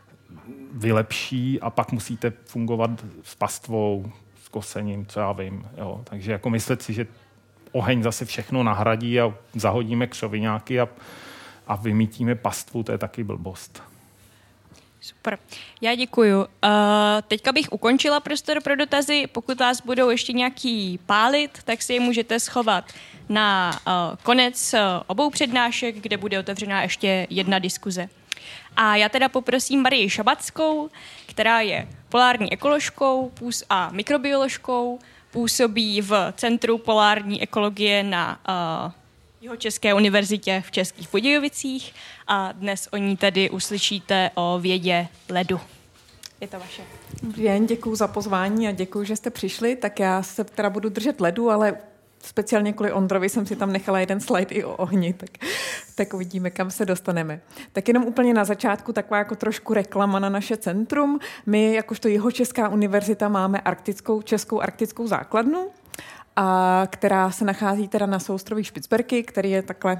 vylepší a pak musíte fungovat s pastvou, s kosením, co já vím. Jo? Takže jako myslet si, že oheň zase všechno nahradí a zahodíme křoviňáky a vymítíme pastvu, to je taky blbost. Super. Já děkuju. Teďka bych ukončila prostor pro dotazy. Pokud vás budou ještě nějaký pálit, tak si je můžete schovat na konec obou přednášek, kde bude otevřená ještě jedna diskuze. A já teda poprosím Marii Šabatskou, která je polární ekoložkou a mikrobioložkou, působí v Centru polární ekologie na Jihočeské univerzitě v Českých Budějovicích a dnes o ní tedy uslyšíte o vědě ledu. Je to vaše. Dobrý den, děkuji za pozvání a děkuji, že jste přišli. Tak já se teda budu držet ledu, ale speciálně kvůli Ondrovi jsem si tam nechala jeden slide i o ohni, tak uvidíme, kam se dostaneme. Tak jenom úplně na začátku taková jako trošku reklama na naše centrum. My, jakožto Jihočeská univerzita, máme českou arktickou základnu, která se nachází teda na souostroví Špicberky, který je takhle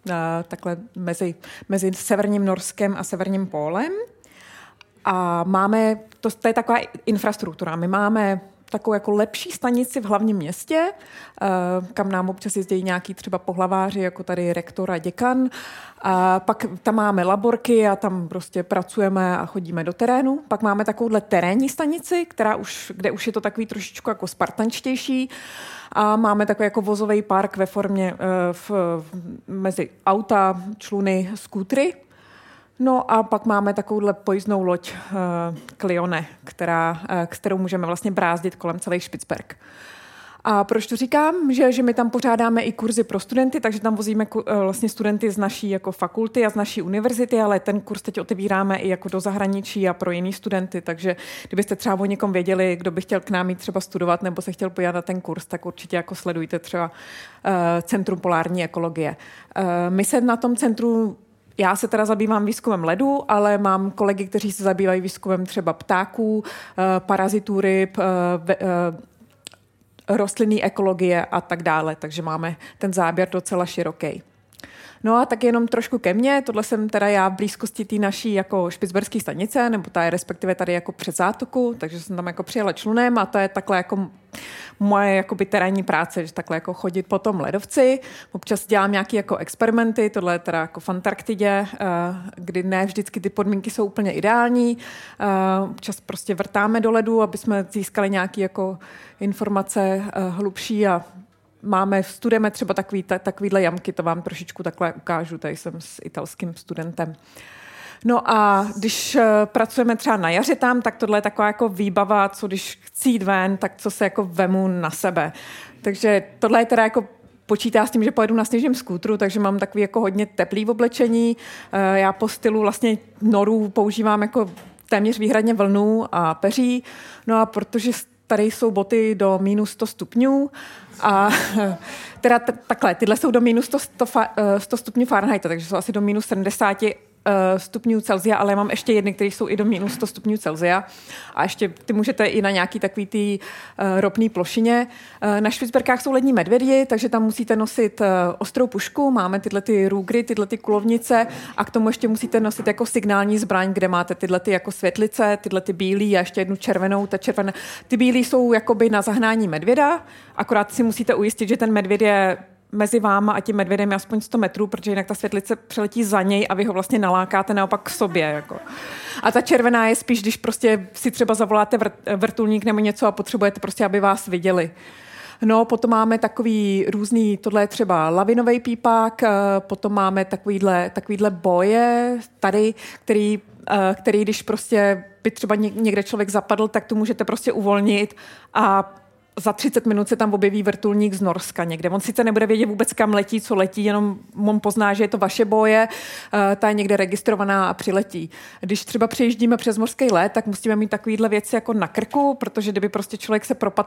mezi severním Norskem a severním pólem. A máme, to je taková infrastruktura. My máme takovou jako lepší stanici v hlavním městě, kam nám občas jezdí nějaký třeba pohlaváři, jako tady rektor a děkan. A pak tam máme laborky a tam prostě pracujeme a chodíme do terénu. Pak máme takovouhle terénní stanici, kde už je to takový trošičku jako spartančtější. A máme takový jako vozový park ve formě mezi auta, čluny, skútry. No a pak máme takovouhle pojízdnou loď Klione, kterou můžeme vlastně brázdit kolem celý Špicberk. A proč to říkám? Že my tam pořádáme i kurzy pro studenty, takže tam vozíme vlastně studenty z naší jako fakulty a z naší univerzity, ale ten kurz teď otevíráme i jako do zahraničí a pro jiný studenty, takže kdybyste třeba o někom věděli, kdo by chtěl k nám jít třeba studovat nebo se chtěl podívat na ten kurz, tak určitě jako sledujte třeba Centrum polární ekologie. My se na tom centru Já se teda zabývám výzkumem ledu, ale mám kolegy, kteří se zabývají výzkumem třeba ptáků, parazitů ryb, rostlinné ekologie a tak dále, takže máme ten záběr docela široký. No a tak jenom trošku ke mně, tohle jsem teda já v blízkosti té naší jako špicberské stanice, nebo ta je respektive tady jako před zátoku, takže jsem tam jako přijela člunem a to je takhle jako moje jakoby terénní práce, že takhle jako chodit po tom ledovci. Občas dělám nějaké jako experimenty, tohle je teda jako v Antarktidě, kdy ne vždycky ty podmínky jsou úplně ideální. Občas prostě vrtáme do ledu, aby jsme získali nějaké jako informace hlubší a studujeme třeba takovýhle jamky, to vám trošičku takhle ukážu, tady jsem s italským studentem. No a když pracujeme třeba na jaře tam, tak tohle je taková jako výbava, co když chci jít ven, tak co se jako vemu na sebe. Takže tohle je teda jako počítá s tím, že pojedu na sněžném skútru, takže mám takový jako hodně teplý oblečení. Já po stylu vlastně norů používám jako téměř výhradně vlnu a peří. No a protože tady jsou boty do minus 100 stupňů a teda takhle, tyhle jsou do minus 100 stupňů Fahrenheita, takže jsou asi do minus 70 stupňů Celsia, ale já mám ještě jedny, které jsou i do minus 100 stupňů Celsia a ještě ty můžete i na nějaký takový ty ropný plošině. Na Špicberkách jsou lední medvědi, takže tam musíte nosit ostrou pušku, máme tyhle ty Rugry, tyhle ty kulovnice a k tomu ještě musíte nosit jako signální zbraň, kde máte tyhle ty jako světlice, tyhle ty bílý a ještě jednu červenou, ta červená. Ty bílý jsou jakoby na zahnání medvěda, akorát si musíte ujistit, že ten medvěd je mezi váma a tím medvědem je aspoň 100 metrů, protože jinak ta světlice přeletí za něj a vy ho vlastně nalákáte naopak k sobě. Jako. A ta červená je spíš, když prostě si třeba zavoláte vrtulník nebo něco a potřebujete prostě, aby vás viděli. No, potom máme takový různý, tohle je třeba lavinový pípák, potom máme takovýhle boje tady, který když prostě by třeba někde člověk zapadl, tak to můžete prostě uvolnit a za 30 minut se tam objeví vrtulník z Norska někde. On sice nebude vědět vůbec, kam letí, co letí, jenom on pozná, že je to vaše boje, ta je někde registrovaná a přiletí. Když třeba přejíždíme přes mořský let, tak musíme mít takovýhle věci jako na krku, protože kdyby prostě člověk se propadl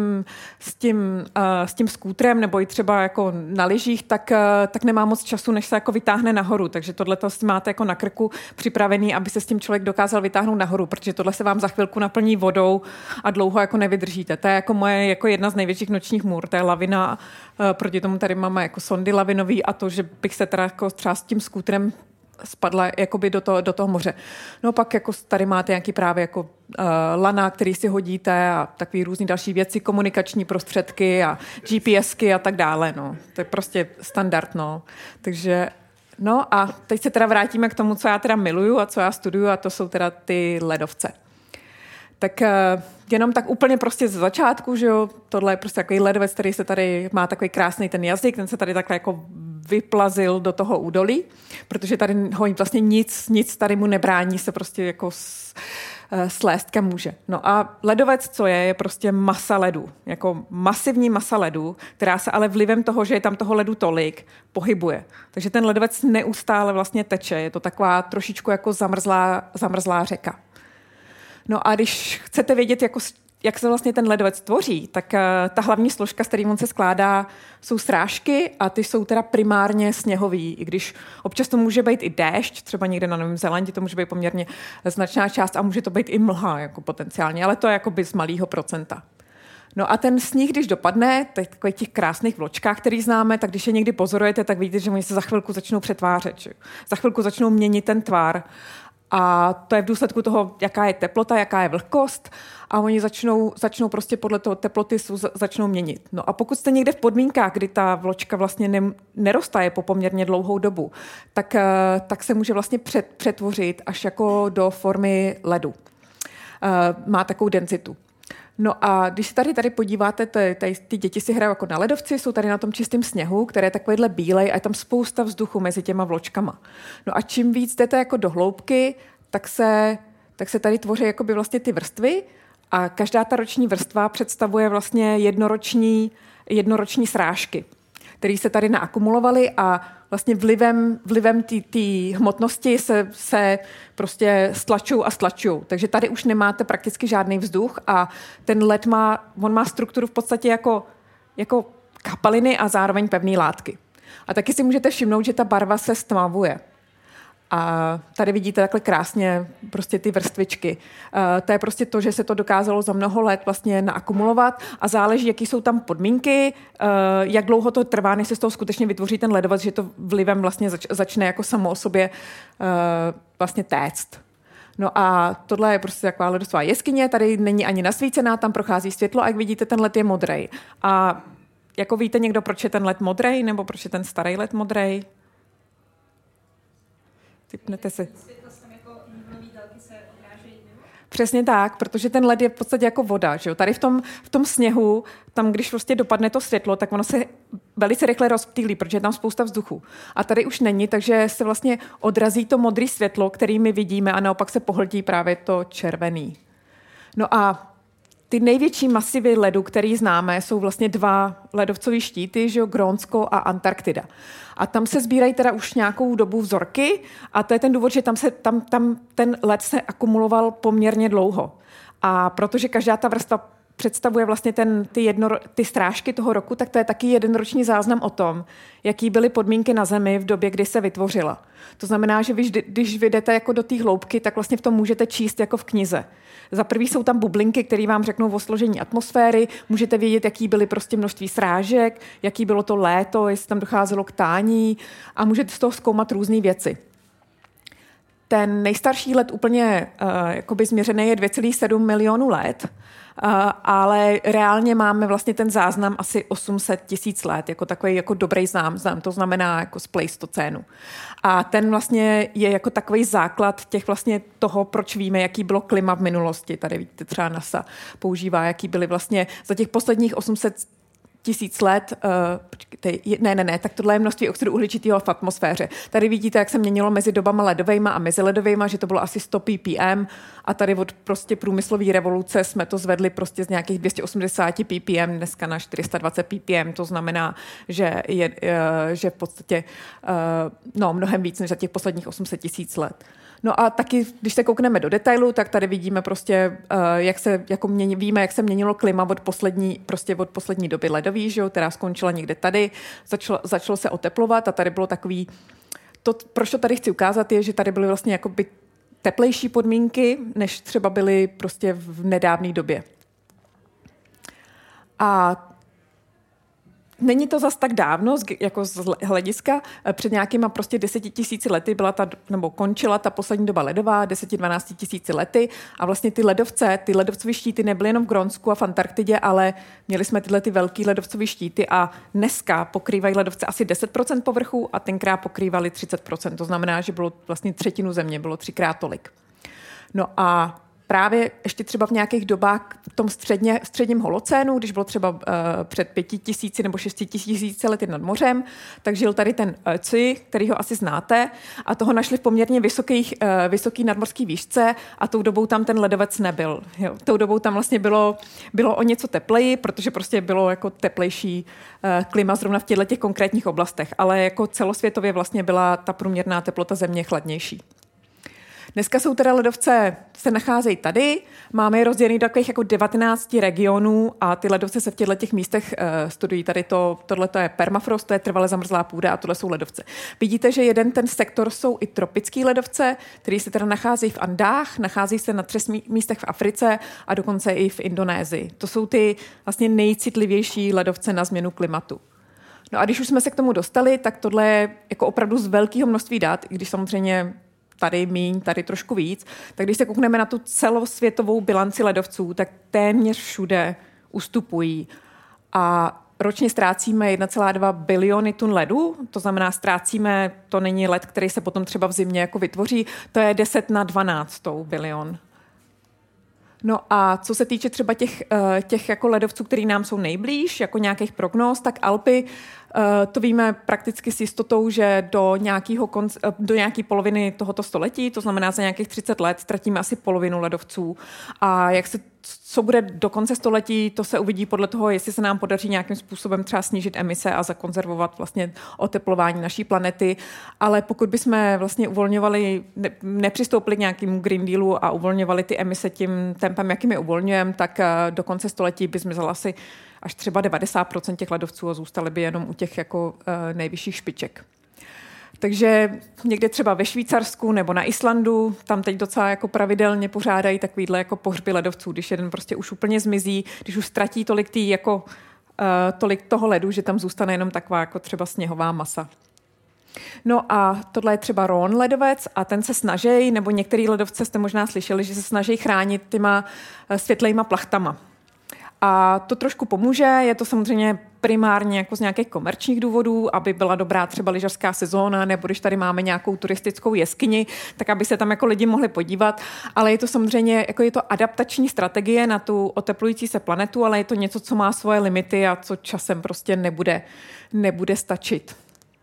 s tím skútrem nebo i třeba jako na lyžích, tak nemá moc času, než se jako vytáhne nahoru. Takže tohle to máte jako na krku připravený, aby se s tím člověk dokázal vytáhnout nahoru, protože tohle se vám za chvilku naplní vodou a dlouho jako nevydržíte. To je jako moje jako jedna z největších nočních můr, to je lavina. Proti tomu tady máme jako sondy lavinový a to, že bych se teda jako třeba s tím skútrem spadla jakoby do toho moře. No pak jako tady máte nějaký právě jako lana, který si hodíte a takový různý další věci, komunikační prostředky a GPSky a tak dále. No. To je prostě standard. No. Takže no a teď se teda vrátíme k tomu, co já teda miluju a co já studuju a to jsou teda ty ledovce. Tak jenom tak úplně prostě ze začátku, že jo, tohle je prostě takový ledovec, který se tady má takový krásný ten jazyk, ten se tady takhle jako vyplazil do toho údolí, protože tady ho vlastně nic tady mu nebrání se prostě jako slést kam může. No a ledovec, co je prostě masa ledu, jako masivní masa ledu, která se ale vlivem toho, že je tam toho ledu tolik, pohybuje. Takže ten ledovec neustále vlastně teče, je to taková trošičku jako zamrzlá řeka. No a když chcete vědět, jak se vlastně ten ledovec tvoří, tak ta hlavní složka, s kterým on se skládá, jsou srážky a ty jsou teda primárně sněhový, i když občas to může být i déšť, třeba někde na Novém Zélandě to může být poměrně značná část a může to být i mlha jako potenciálně, ale to je jakoby z malého procenta. No a ten sníh, když dopadne, takových těch krásných vločkách, který známe, tak když je někdy pozorujete, tak vidíte, že oni se za chvilku začnou přetvářet, že? Za chvilku začnou měnit ten tvar. A to je v důsledku toho, jaká je teplota, jaká je vlhkost a oni začnou prostě podle toho teploty začnou měnit. No a pokud jste někde v podmínkách, kdy ta vločka vlastně neroztaje po poměrně dlouhou dobu, tak se může vlastně přetvořit až jako do formy ledu. Má takovou denzitu. No a když se tady podíváte, ty děti si hrajou jako na ledovci, jsou tady na tom čistém sněhu, který je takovýhle bílej a je tam spousta vzduchu mezi těma vločkama. No a čím víc jdete jako do hloubky, tak se tady tvoří jakoby vlastně ty vrstvy a každá ta roční vrstva představuje vlastně jednoroční srážky, které se tady naakumulovaly a vlastně vlivem té hmotnosti se prostě stlačují. Takže tady už nemáte prakticky žádný vzduch a ten led má strukturu v podstatě jako kapaliny a zároveň pevné látky. A taky si můžete všimnout, že ta barva se stmavuje. A tady vidíte takhle krásně prostě ty vrstvičky. To je prostě to, že se to dokázalo za mnoho let vlastně naakumulovat a záleží, jaký jsou tam podmínky, jak dlouho to trvá, než se z toho skutečně vytvoří ten ledovec, že to vlivem vlastně začne jako samo o sobě vlastně téct. No a tohle je prostě taková ledovcová jeskyně, tady není ani nasvícená, tam prochází světlo a jak vidíte, ten led je modrej. A jako víte někdo, proč je ten led modrej, nebo proč je ten starý led modrej? Typnete si. Přesně tak, protože ten led je v podstatě jako voda. Že jo? Tady v tom sněhu, tam když prostě dopadne to světlo, tak ono se velice rychle rozptýlí, protože je tam spousta vzduchu. A tady už není, takže se vlastně odrazí to modré světlo, který my vidíme a naopak se pohltí právě to červený. No a ty největší masivy ledu, který známe, jsou vlastně dva ledovcové štíty, že jo, Grónsko a Antarktida. A tam se sbírají teda už nějakou dobu vzorky a to je ten důvod, že tam ten led se akumuloval poměrně dlouho. A protože každá ta vrstva představuje vlastně ty srážky toho roku, tak to je taky jednoroční záznam o tom, jaký byly podmínky na Zemi v době, kdy se vytvořila. To znamená, že vy, když vyjdete jako do té hloubky, tak vlastně v tom můžete číst jako v knize. Za prvý jsou tam bublinky, které vám řeknou o složení atmosféry, můžete vědět, jaký byly prostě množství srážek, jaký bylo to léto, jestli tam docházelo k tání a můžete z toho zkoumat různé věci. Ten nejstarší led úplně jakoby změřený je 2,7 milionů let, ale reálně máme vlastně ten záznam asi 800 000 let, jako takový jako dobrý záznam, to znamená jako z pleistocénu. A ten vlastně je jako takový základ těch vlastně toho, proč víme, jaký bylo klima v minulosti. Tady vidíte třeba NASA používá, jaký byly vlastně za těch posledních 800 000 let, tak tohle je množství oxidu uhličitého v atmosféře. Tady vidíte, jak se měnilo mezi dobama ledovejma a meziledovejma, že to bylo asi 100 ppm a tady od prostě průmyslové revoluce jsme to zvedli prostě z nějakých 280 ppm dneska na 420 ppm, to znamená, že v podstatě mnohem víc než za těch posledních 800 000 let. No a taky, když se koukneme do detailu, tak tady vidíme prostě, víme, jak se měnilo klima od poslední doby ledový, že jo, která skončila někde tady, začalo se oteplovat a tady bylo takový, proč to tady chci ukázat, je, že tady byly vlastně jakoby teplejší podmínky, než třeba byly prostě v nedávné době. A není to zas tak dávno, jako z hlediska, před nějakýma prostě 10 000 lety končila ta poslední doba ledová, 10-12 000 lety a vlastně ty ledovcové štíty nebyly jenom v Grónsku a v Antarktidě, ale měli jsme tyhle ty velký ledovcové štíty a dneska pokrývají ledovce asi 10% povrchu a tenkrát pokrývali 30%, to znamená, že bylo vlastně třetinu země, bylo 3x tolik. No a právě ještě třeba v nějakých dobách v tom středním holocénu, když bylo třeba před 5 000 nebo 6 000 lety nad mořem, tak žil tady ten Ötzi, který ho asi znáte, a toho našli v poměrně vysoký nadmořský výšce a tou dobou tam ten ledovec nebyl. Jo. Tou dobou tam vlastně bylo o něco tepleji, protože prostě bylo jako teplejší klima zrovna v těchto konkrétních oblastech, ale jako celosvětově vlastně byla ta průměrná teplota země chladnější. Dneska jsou teda ledovce, se nacházejí tady, máme je rozdělený do takových jako 19 regionů a ty ledovce se v těchto místech studují. Tady tohle je permafrost, to je trvale zamrzlá půda a tohle jsou ledovce. Vidíte, že jeden ten sektor jsou i tropický ledovce, který se teda nacházejí v Andách, nacházejí se na 3 místech v Africe a dokonce i v Indonésii. To jsou ty vlastně nejcitlivější ledovce na změnu klimatu. No a když už jsme se k tomu dostali, tak tohle je jako opravdu z velkého množství dat, i když samozřejmě tady míň, tady trošku víc, tak když se koukneme na tu celosvětovou bilanci ledovců, tak téměř všude ustupují. A ročně ztrácíme 1,2 biliony tun ledu, to znamená ztrácíme, to není led, který se potom třeba v zimě jako vytvoří, to je 10 na 12 bilion. No a co se týče třeba těch jako ledovců, který nám jsou nejblíž, jako nějakých prognóz, tak Alpy, to víme prakticky s jistotou, že do nějaké poloviny tohoto století, to znamená za nějakých 30 let, ztratíme asi polovinu ledovců. A co bude do konce století, to se uvidí podle toho, jestli se nám podaří nějakým způsobem třeba snížit emise a zakonzervovat vlastně oteplování naší planety. Ale pokud bychom vlastně nepřistoupili k nějakému Green Dealu a uvolňovali ty emise tím tempem, jakým je uvolňujeme, tak do konce století by zmizela asi až třeba 90% těch ledovců a zůstaly by jenom u těch jako nejvyšších špiček. Takže někde třeba ve Švýcarsku nebo na Islandu, tam teď docela jako pravidelně pořádají takovýhle jako pohřby ledovců, když jeden prostě už úplně zmizí, když už ztratí tolik toho ledu, že tam zůstane jenom taková jako třeba sněhová masa. No a tohle je třeba Rhön ledovec a ten se snaží, nebo některý ledovce jste možná slyšeli, že se snaží chránit těma světlejma plachtama. A to trošku pomůže, je to samozřejmě primárně jako z nějakých komerčních důvodů, aby byla dobrá třeba lyžařská sezóna, nebo když tady máme nějakou turistickou jeskyni, tak aby se tam jako lidi mohli podívat, ale je to samozřejmě jako je to adaptační strategie na tu oteplující se planetu, ale je to něco, co má svoje limity a co časem prostě nebude stačit.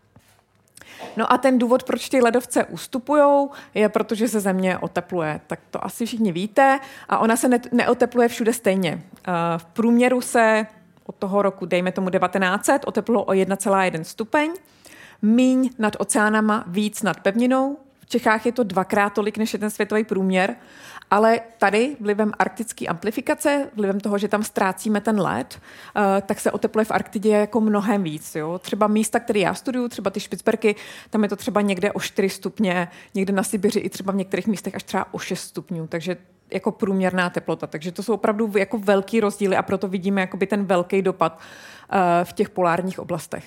No a ten důvod, proč ty ledovce ustupujou, je protože se země otepluje. Tak to asi všichni víte. A ona se neotepluje všude stejně. V průměru se od toho roku, dejme tomu 1900, oteplo o 1,1 stupeň. Míň nad oceánama, víc nad pevninou. V Čechách je to 2x tolik, než je ten světový průměr. Ale tady vlivem arktické amplifikace, vlivem toho, že tam ztrácíme ten led, tak se otepluje v Arktidě jako mnohem víc. Jo? Třeba místa, které já studuju, třeba ty Špicberky, tam je to třeba někde o 4 stupně, někde na Sibiři i třeba v některých místech až třeba o 6 stupňů, takže jako průměrná teplota. Takže to jsou opravdu jako velký rozdíly a proto vidíme jakoby ten velký dopad v těch polárních oblastech.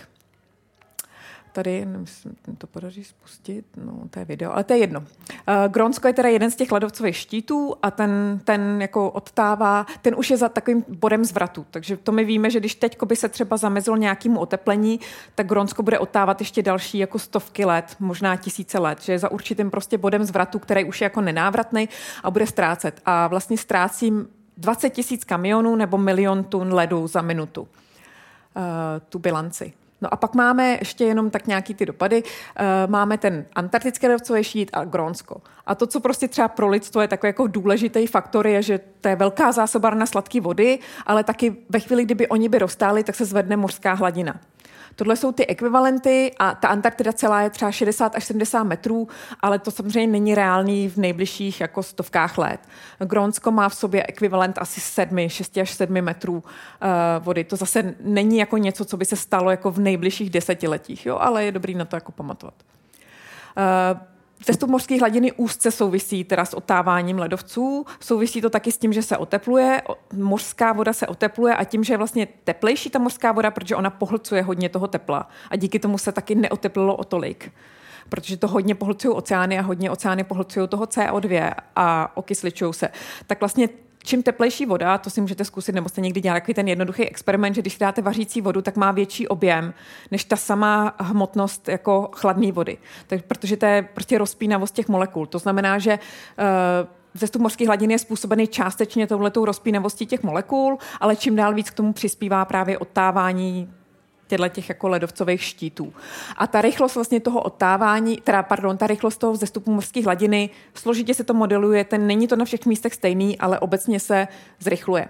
Tady, nevím, to podaří spustit, no to je video, ale to je jedno. Grónsko je teda jeden z těch ledovcových štítů a ten jako odtává, ten už je za takovým bodem zvratu, takže to my víme, že když teď by se třeba zamezilo nějakému oteplení, tak Grónsko bude odtávat ještě další jako stovky let, možná tisíce let, že je za určitým prostě bodem zvratu, který už je jako nenávratný a bude ztrácet. A vlastně ztrácím 20 000 kamionů nebo 1 000 000 tun ledu za minutu. Tu bilanci. No a pak máme ještě jenom tak nějaký ty dopady. Máme ten antarktický ledovcový štít a Grónsko. A to, co prostě třeba pro lidstvo je takový jako důležitý faktor, je, že to je velká zásobárna sladké vody, ale taky ve chvíli, kdyby oni by roztáli, tak se zvedne mořská hladina. Tohle jsou ty ekvivalenty a ta Antarktida celá je třeba 60 až 70 metrů, ale to samozřejmě není reálný v nejbližších jako stovkách let. Grónsko má v sobě ekvivalent asi 6 až 7 metrů vody. To zase není jako něco, co by se stalo jako v nejbližších desetiletích, jo? Ale je dobrý na to jako pamatovat. Vzestup mořské hladiny úzce souvisí teda s otáváním ledovců. Souvisí to taky s tím, že se otepluje, mořská voda se otepluje a tím, že je vlastně teplejší ta mořská voda, protože ona pohlcuje hodně toho tepla a díky tomu se taky neoteplilo o tolik. Protože to hodně pohlcují oceány a hodně oceány pohlcují toho CO2 a okysličují se. Tak vlastně čím teplejší voda, to si můžete zkusit, nebo jste někdy dělali takový ten jednoduchý experiment, že když si dáte vařící vodu, tak má větší objem než ta sama hmotnost jako chladné vody. Tak, protože to je prostě rozpínavost těch molekul. To znamená, že vzestup mořské hladiny je způsobený částečně touhletou rozpínavostí těch molekul, ale čím dál víc k tomu přispívá právě odtávání těch jako ledovcových štítů. A ta rychlost vlastně toho odtávání, ta rychlost toho vzestupu mořské hladiny, složitě se to modeluje, není to na všech místech stejný, ale obecně se zrychluje.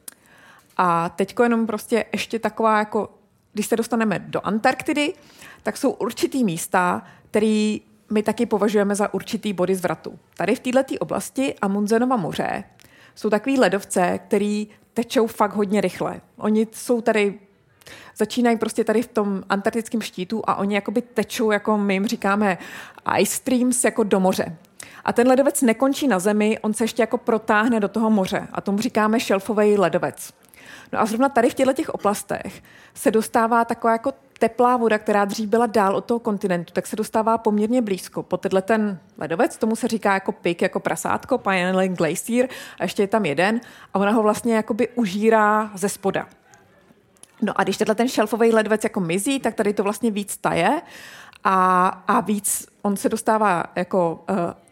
A teďko jenom prostě ještě taková jako, když se dostaneme do Antarktidy, tak jsou určitý místa, které my taky považujeme za určitý body zvratu. Tady v této oblasti Amundsenova moře jsou takový ledovce, který tečou fakt hodně rychle. Oni jsou tady začínají prostě tady v tom antarktickém štítu a oni jakoby tečou, jako my jim říkáme ice streams, jako do moře. A ten ledovec nekončí na zemi, on se ještě jako protáhne do toho moře a tomu říkáme šelfový ledovec. No a zrovna tady v těchto oblastech se dostává taková jako teplá voda, která dřív byla dál od toho kontinentu, tak se dostává poměrně blízko. Po tenhle ten ledovec, tomu se říká jako pik, jako prasátko, Pineland Glacier, a ještě je tam jeden a ona ho vlastně jakoby užírá ze spoda. No a když ten šelfový ledovec jako mizí, tak tady to vlastně víc taje a víc on se dostává jako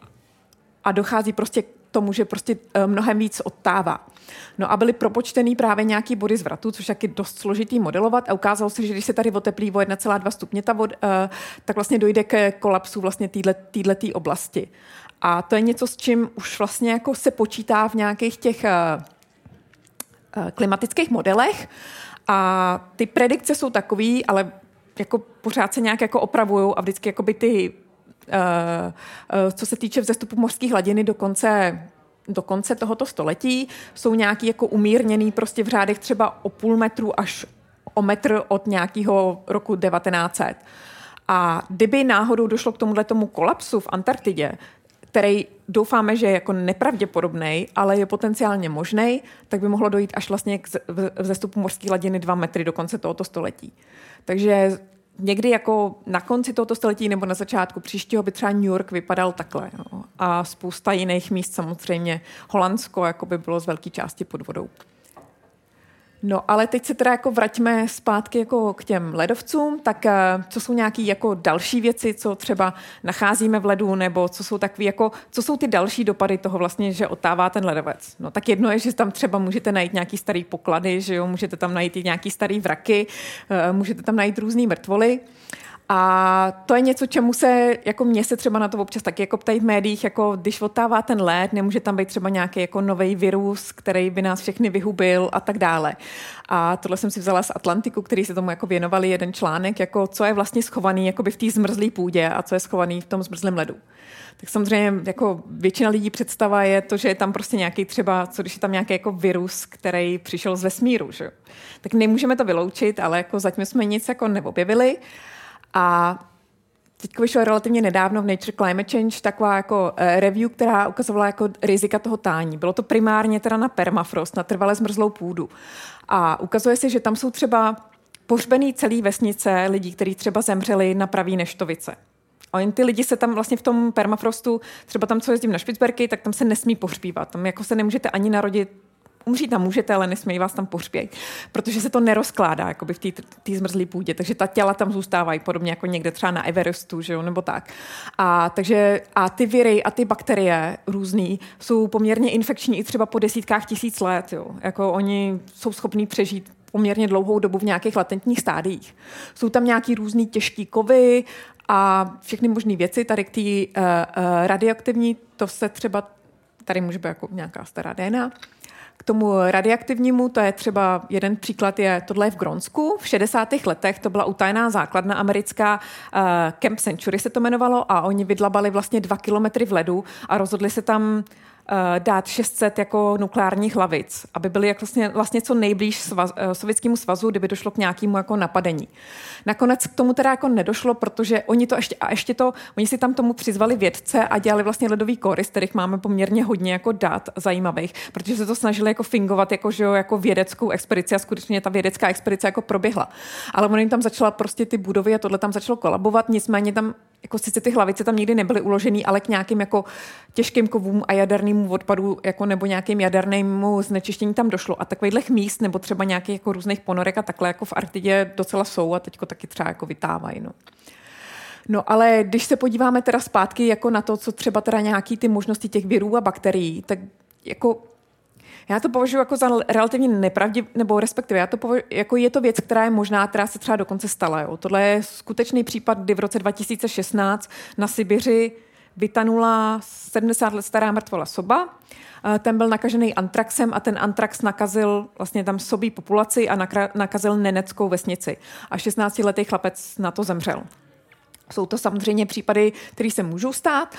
a dochází prostě k tomu, že prostě mnohem víc odtává. No a byly propočtený právě nějaký body zvratu, což je dost složitý modelovat a ukázalo se, že když se tady oteplí o 1,2 stupně ta voda, tak vlastně dojde ke kolapsu vlastně této oblasti. A to je něco, s čím už vlastně jako se počítá v nějakých těch klimatických modelech. A ty predikce jsou takový, ale jako pořád se nějak jako opravujou a vždycky jakoby ty, co se týče vzestupu mořské hladiny do konce tohoto století, jsou nějaký jako umírněný prostě v řádech třeba o 0,5 metru až o metr od nějakého roku 1900. A kdyby náhodou došlo k tomuhletomu kolapsu v Antarktidě, který doufáme, že je jako nepravděpodobný, ale je potenciálně možný, tak by mohlo dojít až vlastně k vzestupu mořské hladiny 2 metry do konce tohoto století. Takže někdy jako na konci tohoto století nebo na začátku příštího by třeba New York vypadal takhle. No. A spousta jiných míst, samozřejmě Holandsko jako by bylo z velké části pod vodou. No, ale teď se teda jako vraťme zpátky jako k těm ledovcům, tak co jsou nějaké jako další věci, co třeba nacházíme v ledu, nebo co jsou takový jako, co jsou ty další dopady toho vlastně, že odtává ten ledovec. No, tak jedno je, že tam třeba můžete najít nějaký starý poklady, že jo, můžete tam najít i nějaký starý vraky, můžete tam najít různý mrtvoly. A to je něco, čemu se, jako mě se třeba na to občas taky jako ptají v médiích, jako když odtává ten led, nemůže tam být třeba nějaký jako nový virus, který by nás všechny vyhubil a tak dále. A tohle jsem si vzala z Atlantiku, který se tomu jako věnovali jeden článek, jako co je vlastně schovaný jakoby v té zmrzlé půdě a co je schovaný v tom zmrzlém ledu. Tak samozřejmě jako většina lidí představa je to, že je tam prostě nějaký třeba, co když je tam nějaký jako virus, který přišel z vesmíru, že? Tak nemůžeme to vyloučit, ale jako zatím jsme nic jako neobjevili. A teď vyšlo relativně nedávno v Nature Climate Change taková jako review, která ukazovala jako rizika toho tání. Bylo to primárně teda na permafrost, na trvale zmrzlou půdu. A ukazuje se, že tam jsou třeba pohřbený celý vesnice lidí, kteří třeba zemřeli na pravý neštovice. A ty lidi se tam vlastně v tom permafrostu, třeba tam, co jezdím na Špicberky, tak tam se nesmí pohřbívat. Tam jako se nemůžete ani narodit, umřít tam můžete, ale nesmějí vás tam pohřbět, protože se to nerozkládá jakoby v té zmrzlé půdě, takže ta těla tam zůstávají podobně jako někde třeba na Everestu, že jo, nebo tak. A ty viry a ty bakterie různý jsou poměrně infekční i třeba po desítkách tisíc let, jo. Jako oni jsou schopní přežít poměrně dlouhou dobu v nějakých latentních stádiích. Jsou tam nějaký různý těžký kovy a všechny možné věci. Tady k té radioaktivní, to se třeba, tady může být jako nějaká stará DNA. K tomu radioaktivnímu, to je třeba jeden příklad, tohle je v Grónsku. V 60. letech to byla utajená základna americká, Camp Century se to jmenovalo, a oni vydlabali vlastně 2 kilometry v ledu a rozhodli se tam dát 600 jako nukleárních hlavic, aby byly jak vlastně co nejblíž Sovětskému svazu, kdyby došlo k nějakému jako napadení. Nakonec k tomu teda jako nedošlo, protože oni si tam tomu přizvali vědce a dělali vlastně ledový kory, z kterých máme poměrně hodně jako dat zajímavých, protože se to snažili jako fingovat jako vědeckou expedici a skutečně ta vědecká expedice jako proběhla. Ale oni tam začala prostě ty budovy a tohle tam začalo kolabovat, nicméně tam jako sice ty hlavice tam nikdy nebyly uložený, ale k nějakým jako těžkým kovům a jadernému odpadu jako nebo nějakým jadernému znečištění tam došlo. A takových míst nebo třeba nějakých jako různých ponorek a takhle jako v Arktidě docela jsou a teďko taky třeba jako vytávají. No ale když se podíváme teda zpátky jako na to, co třeba teda nějaký ty možnosti těch virů a bakterií, tak jako já to považuji jako za relativně nepravdivé, nebo respektive já to považuji, jako je to věc, která je možná, která se třeba dokonce stala. Jo. Tohle je skutečný případ, kdy v roce 2016 na Sibiři vytanula 70 let stará mrtvola soba. Ten byl nakažený antraxem a ten antrax nakazil vlastně tam sobí populaci a nakazil neneckou vesnici. A 16letý chlapec na to zemřel. Jsou to samozřejmě případy, které se můžou stát,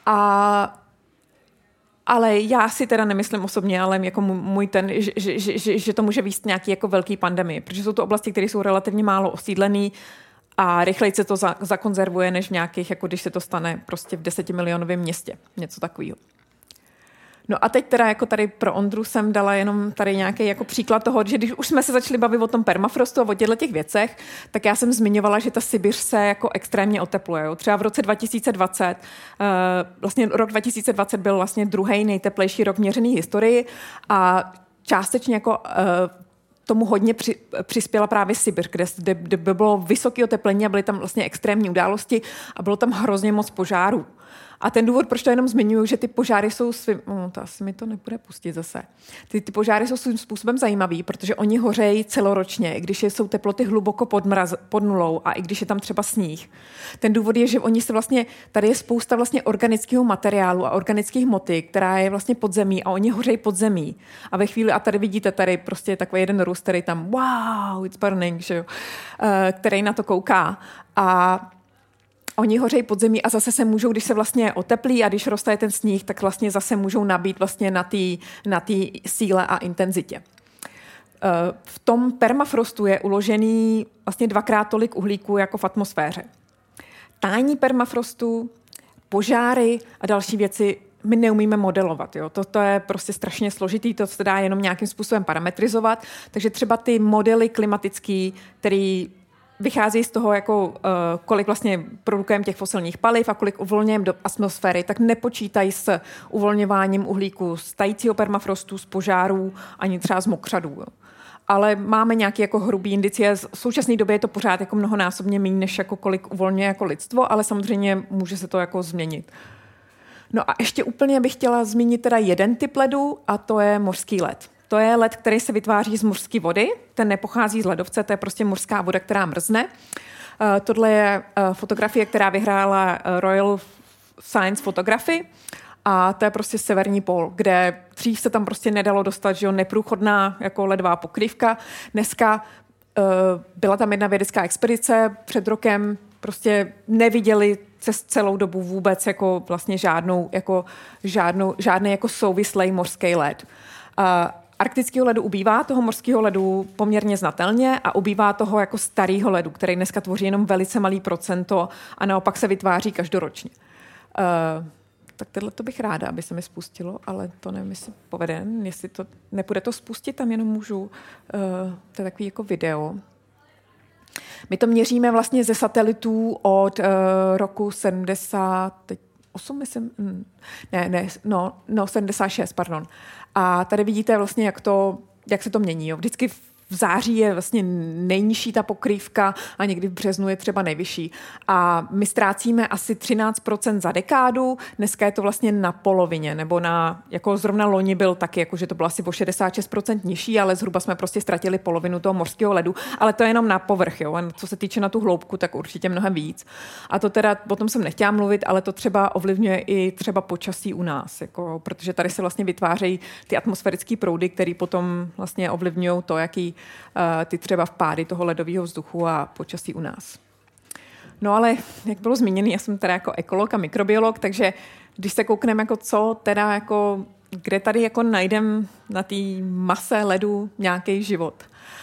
ale já si teda nemyslím osobně, ale jako můj že to může vést nějaký jako velký pandemii, protože jsou to oblasti, které jsou relativně málo osídlené a rychleji se to zakonzervuje, než v nějakých, jako když se to stane prostě v 10milionovém městě. Něco takového. No a teď teda jako tady pro Ondru jsem dala jenom tady nějaký jako příklad toho, že když už jsme se začali bavit o tom permafrostu a o těch věcech, tak já jsem zmiňovala, že ta Sibiř se jako extrémně otepluje. Jo. Třeba v roce 2020, vlastně rok 2020 byl vlastně druhý nejteplejší rok měřený historii a částečně jako tomu hodně přispěla právě Sibiř, kde bylo vysoké oteplení a byly tam vlastně extrémní události a bylo tam hrozně moc požárů. A ten důvod, proč to jenom zmiňuji, že ty požáry jsou to asi mi to nebude pustit zase. Ty požáry jsou svým způsobem zajímavý, protože oni hořejí celoročně, i když jsou teploty hluboko pod nulou a i když je tam třeba sníh. Ten důvod je, že oni se vlastně, tady je spousta vlastně organického materiálu a organických hmoty, která je vlastně pod zemí a oni hořejí pod zemí. A ve chvíli, a tady vidíte, tady prostě takový jeden růst, který tam wow, it's burning, že jo, který na to kouká. A oni hořejí pod zemí a zase se můžou, když se vlastně oteplí a když roste ten sníh, tak vlastně zase můžou nabít vlastně na té síle a intenzitě. V tom permafrostu je uložený vlastně 2x tolik uhlíku jako v atmosféře. Tání permafrostu, požáry a další věci my neumíme modelovat. Jo. To je prostě strašně složitý, to se dá jenom nějakým způsobem parametrizovat. Takže třeba ty modely klimatický, který vychází z toho, jako, kolik vlastně produkujeme těch fosilních paliv a kolik uvolňujeme do atmosféry, tak nepočítají s uvolňováním uhlíku z tajícího permafrostu, z požárů, ani třeba z mokřadů. Jo. Ale máme nějaké jako hrubý indicie. V současné době je to pořád jako mnohonásobně méně, než jako kolik uvolňuje jako lidstvo, ale samozřejmě může se to jako změnit. No a ještě úplně bych chtěla zmínit teda jeden typ ledu a to je mořský led. To je led, který se vytváří z mořské vody, ten nepochází z ledovce, to je prostě mořská voda, která mrzne. Tohle je fotografie, která vyhrála Royal Science Photography a to je prostě severní pól, kde dřív se tam prostě nedalo dostat, že jo, neprůchodná jako ledová pokrývka. Dneska byla tam jedna vědecká expedice před rokem, prostě neviděli přes celou dobu vůbec jako vlastně žádný jako souvislej mořský led. Arktického ledu ubývá, toho mořského ledu poměrně znatelně a ubývá toho jako starého ledu, který dneska tvoří jenom velice malý procento a naopak se vytváří každoročně. Tak tohle to bych ráda, aby se mi spustilo, ale to nevím, jestli povede, jestli to nepůjde to spustit, tam jenom můžu, to je takový jako video. My to měříme vlastně ze satelitů od roku 78, myslím, 76, pardon. A tady vidíte vlastně, jak se to mění. Jo. Vždycky v září je vlastně nejnižší ta pokrývka a někdy v březnu je třeba nejvyšší. A my ztrácíme asi 13% za dekádu, dneska je to vlastně na polovině, nebo jako zrovna loni byl taky, jako že to bylo asi o 66% nižší, ale zhruba jsme prostě ztratili polovinu toho mořského ledu, ale to je jenom na povrch, jo. A co se týče na tu hloubku, tak určitě mnohem víc. A to teda, o tom jsem nechtěla mluvit, ale to třeba ovlivňuje i třeba počasí u nás, jako, protože tady se vlastně vytvářejí ty atmosférické proudy, které potom vlastně ovlivňují to, jaký ty třeba vpády toho ledového vzduchu a počasí u nás. No ale, jak bylo zmíněno, já jsem teda jako ekolog a mikrobiolog, takže když se koukneme, jako co teda jako, kde tady jako najdem na té mase ledu nějaký život,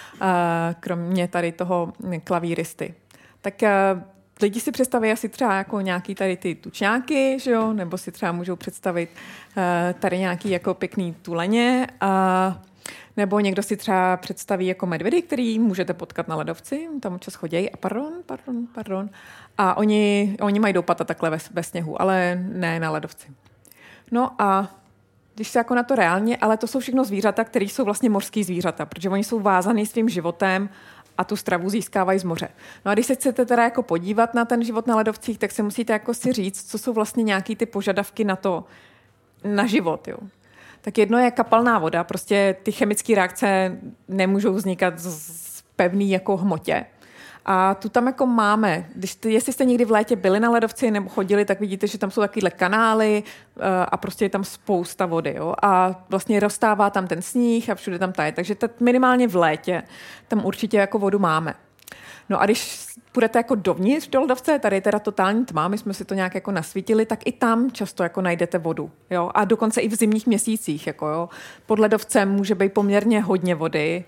kromě tady toho klavíristy. Tak lidi si představí asi třeba jako nějaký tady ty tučňáky, že jo? Nebo si třeba můžou představit tady nějaký jako pěkný tuleně, nebo někdo si třeba představí jako medvědy, který můžete potkat na ledovci, tam občas chodějí a pardon. A oni mají dopata takhle ve sněhu, ale ne na ledovci. No a když se jako na to reálně, ale to jsou všechno zvířata, které jsou vlastně mořský zvířata, protože oni jsou vázaný svým životem a tu stravu získávají z moře. No a když se chcete teda jako podívat na ten život na ledovcích, tak se musíte jako si říct, co jsou vlastně nějaký ty požadavky na život, jo. Tak jedno je kapalná voda, prostě ty chemické reakce nemůžou vznikat z pevný jako hmotě. A tu tam jako máme, jestli jste někdy v létě byli na ledovci nebo chodili, tak vidíte, že tam jsou takovýhle kanály a prostě je tam spousta vody. Jo? A vlastně roztává tam ten sníh a všude tam taje. Takže minimálně v létě tam určitě jako vodu máme. No a když půjdete jako dovnitř do ledovce, tady je teda totální tma, my jsme si to nějak jako nasvítili, tak i tam často jako najdete vodu. Jo? A dokonce i v zimních měsících. Jako, jo? Pod ledovcem může být poměrně hodně vody,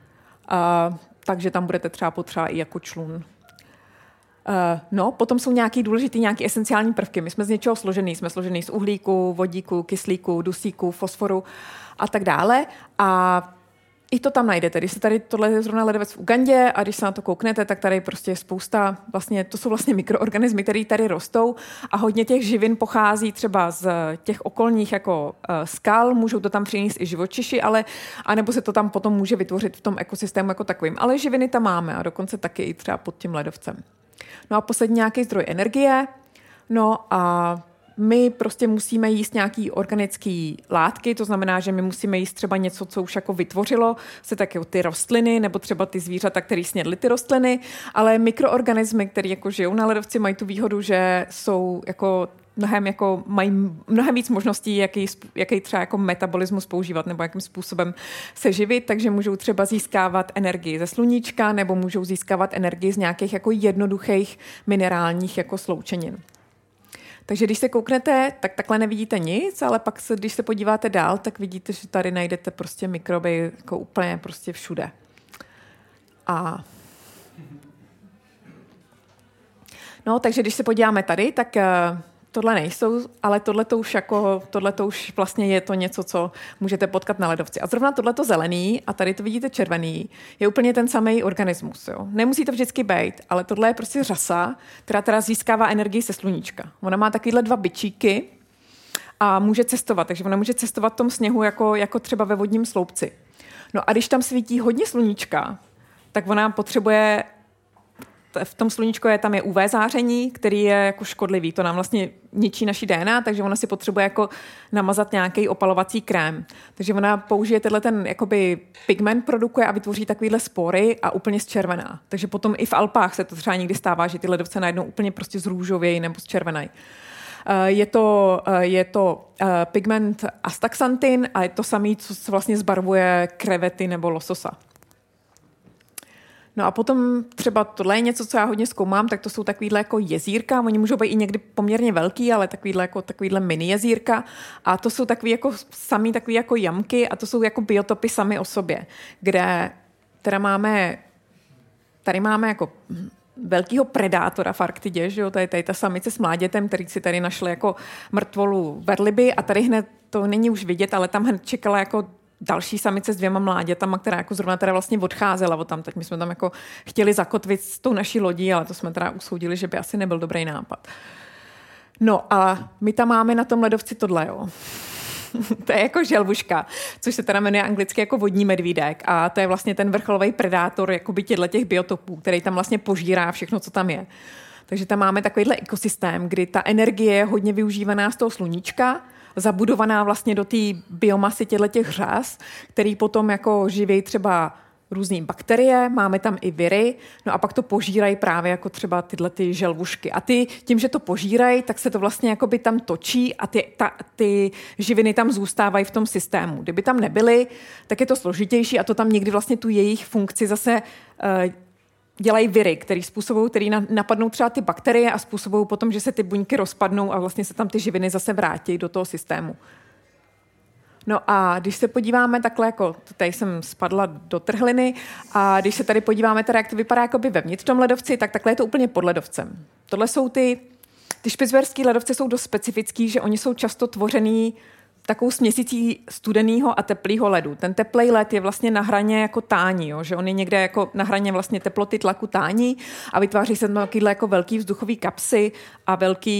takže tam budete třeba potřebovat i jako člun. No, potom jsou nějaký důležitý, nějaký esenciální prvky. My jsme z něčeho složený. Jsme složený z uhlíku, vodíku, kyslíku, dusíku, fosforu a tak dále. A i to tam najdete. Když se tady tohle je zrovna ledovec v Ugandě a když se na to kouknete, tak tady prostě je spousta, vlastně, to jsou vlastně mikroorganismy, které tady rostou a hodně těch živin pochází třeba z těch okolních jako skal, můžou to tam přinést i živočiši, anebo se to tam potom může vytvořit v tom ekosystému jako takovým. Ale živiny tam máme a dokonce taky i třeba pod tím ledovcem. No a poslední nějaký zdroj energie, no a my prostě musíme jíst nějaký organický látky, to znamená, že my musíme jíst třeba něco, co už jako vytvořilo se taky ty rostliny, nebo třeba ty zvířata, které snědly ty rostliny, ale mikroorganismy, které jako žijou na ledovci, mají tu výhodu, že jsou jako mají mnohem víc možností, jaký třeba jako metabolismus používat nebo jakým způsobem se živit, takže můžou třeba získávat energii ze sluníčka nebo můžou získávat energii z nějakých jako jednoduchých minerálních jako sloučenin. Takže když se kouknete, tak takhle nevidíte nic, ale pak když se podíváte dál, tak vidíte, že tady najdete prostě mikroby jako úplně prostě všude. No, takže když se podíváme tady, tak tohle nejsou, ale tohle už vlastně je to něco, co můžete potkat na ledovci. A zrovna tohleto zelený, a tady to vidíte červený, je úplně ten samý organismus. Jo. Nemusí to vždycky být, ale tohle je prostě řasa, která teda získává energii ze sluníčka. Ona má takovýhle 2 bičíky a může cestovat, takže ona může cestovat v tom sněhu jako třeba ve vodním sloupci. No a když tam svítí hodně sluníčka, tak ona potřebuje v tom sluníčku tam je UV záření, který je jako škodlivý. To nám vlastně ničí naší DNA, takže ona si potřebuje jako namazat nějaký opalovací krém. Takže ona použije ten jakoby pigment produkuje a vytvoří takovýhle spory a úplně zčervená. Takže potom i v Alpách se to třeba někdy stává, že ty ledovce najednou úplně prostě zrůžovějí nebo zčervenají. Je to pigment astaxantin a je to samý, co vlastně zbarvuje krevety nebo lososa. No a potom třeba tohle je něco, co já hodně zkoumám, tak to jsou takovýhle jako jezírka, oni můžou být i někdy poměrně velký, ale takovýhle mini jezírka a to jsou takový jako samý takový jako jamky a to jsou jako biotopy sami o sobě, kde teda tady máme jako velkýho predátora v Arktidě, že jo, tady ta samice s mládětem, který si tady našli jako mrtvolu velryby a tady hned to není už vidět, ale tam hned čekala jako další samice s 2 mládětama, která jako zrovna teda vlastně odcházela od tam. Teď my jsme tam jako chtěli zakotvit s tou naší lodí, ale to jsme teda usoudili, že by asi nebyl dobrý nápad. No a my tam máme na tom ledovci tohle, jo. To je jako želvuška, což se teda jmenuje anglicky jako vodní medvídek a to je vlastně ten vrcholový predátor jakoby těch biotopů, který tam vlastně požírá všechno, co tam je. Takže tam máme takovýhle ekosystém, kdy ta energie je hodně využívaná z toho sluníčka, zabudovaná vlastně do té biomasy těch řas, který potom jako živí třeba různý bakterie, máme tam i viry, no a pak to požírají právě jako třeba tyhle ty želvušky. A tím, že to požírají, tak se to vlastně jakoby tam točí a ty živiny tam zůstávají v tom systému. Kdyby tam nebyly, tak je to složitější a to tam někdy vlastně tu jejich funkci zase dělají viry, který napadnou třeba ty bakterie a způsobují potom, že se ty buňky rozpadnou a vlastně se tam ty živiny zase vrátí do toho systému. No a když se podíváme takhle, jako tady jsem spadla do trhliny a když se tady podíváme teda, jak to vypadá jakoby vevnitř v tom ledovci, tak takhle je to úplně pod ledovcem. Tohle jsou ty špicberský ledovce jsou dost specifický, že oni jsou často tvořený takovou směsicí studeného a teplého ledu. Ten teplej led je vlastně na hraně jako tání, jo? Že on je někde jako na hraně vlastně teploty tlaku tání a vytváří se tam takovýhle jako velký vzduchový kapsy a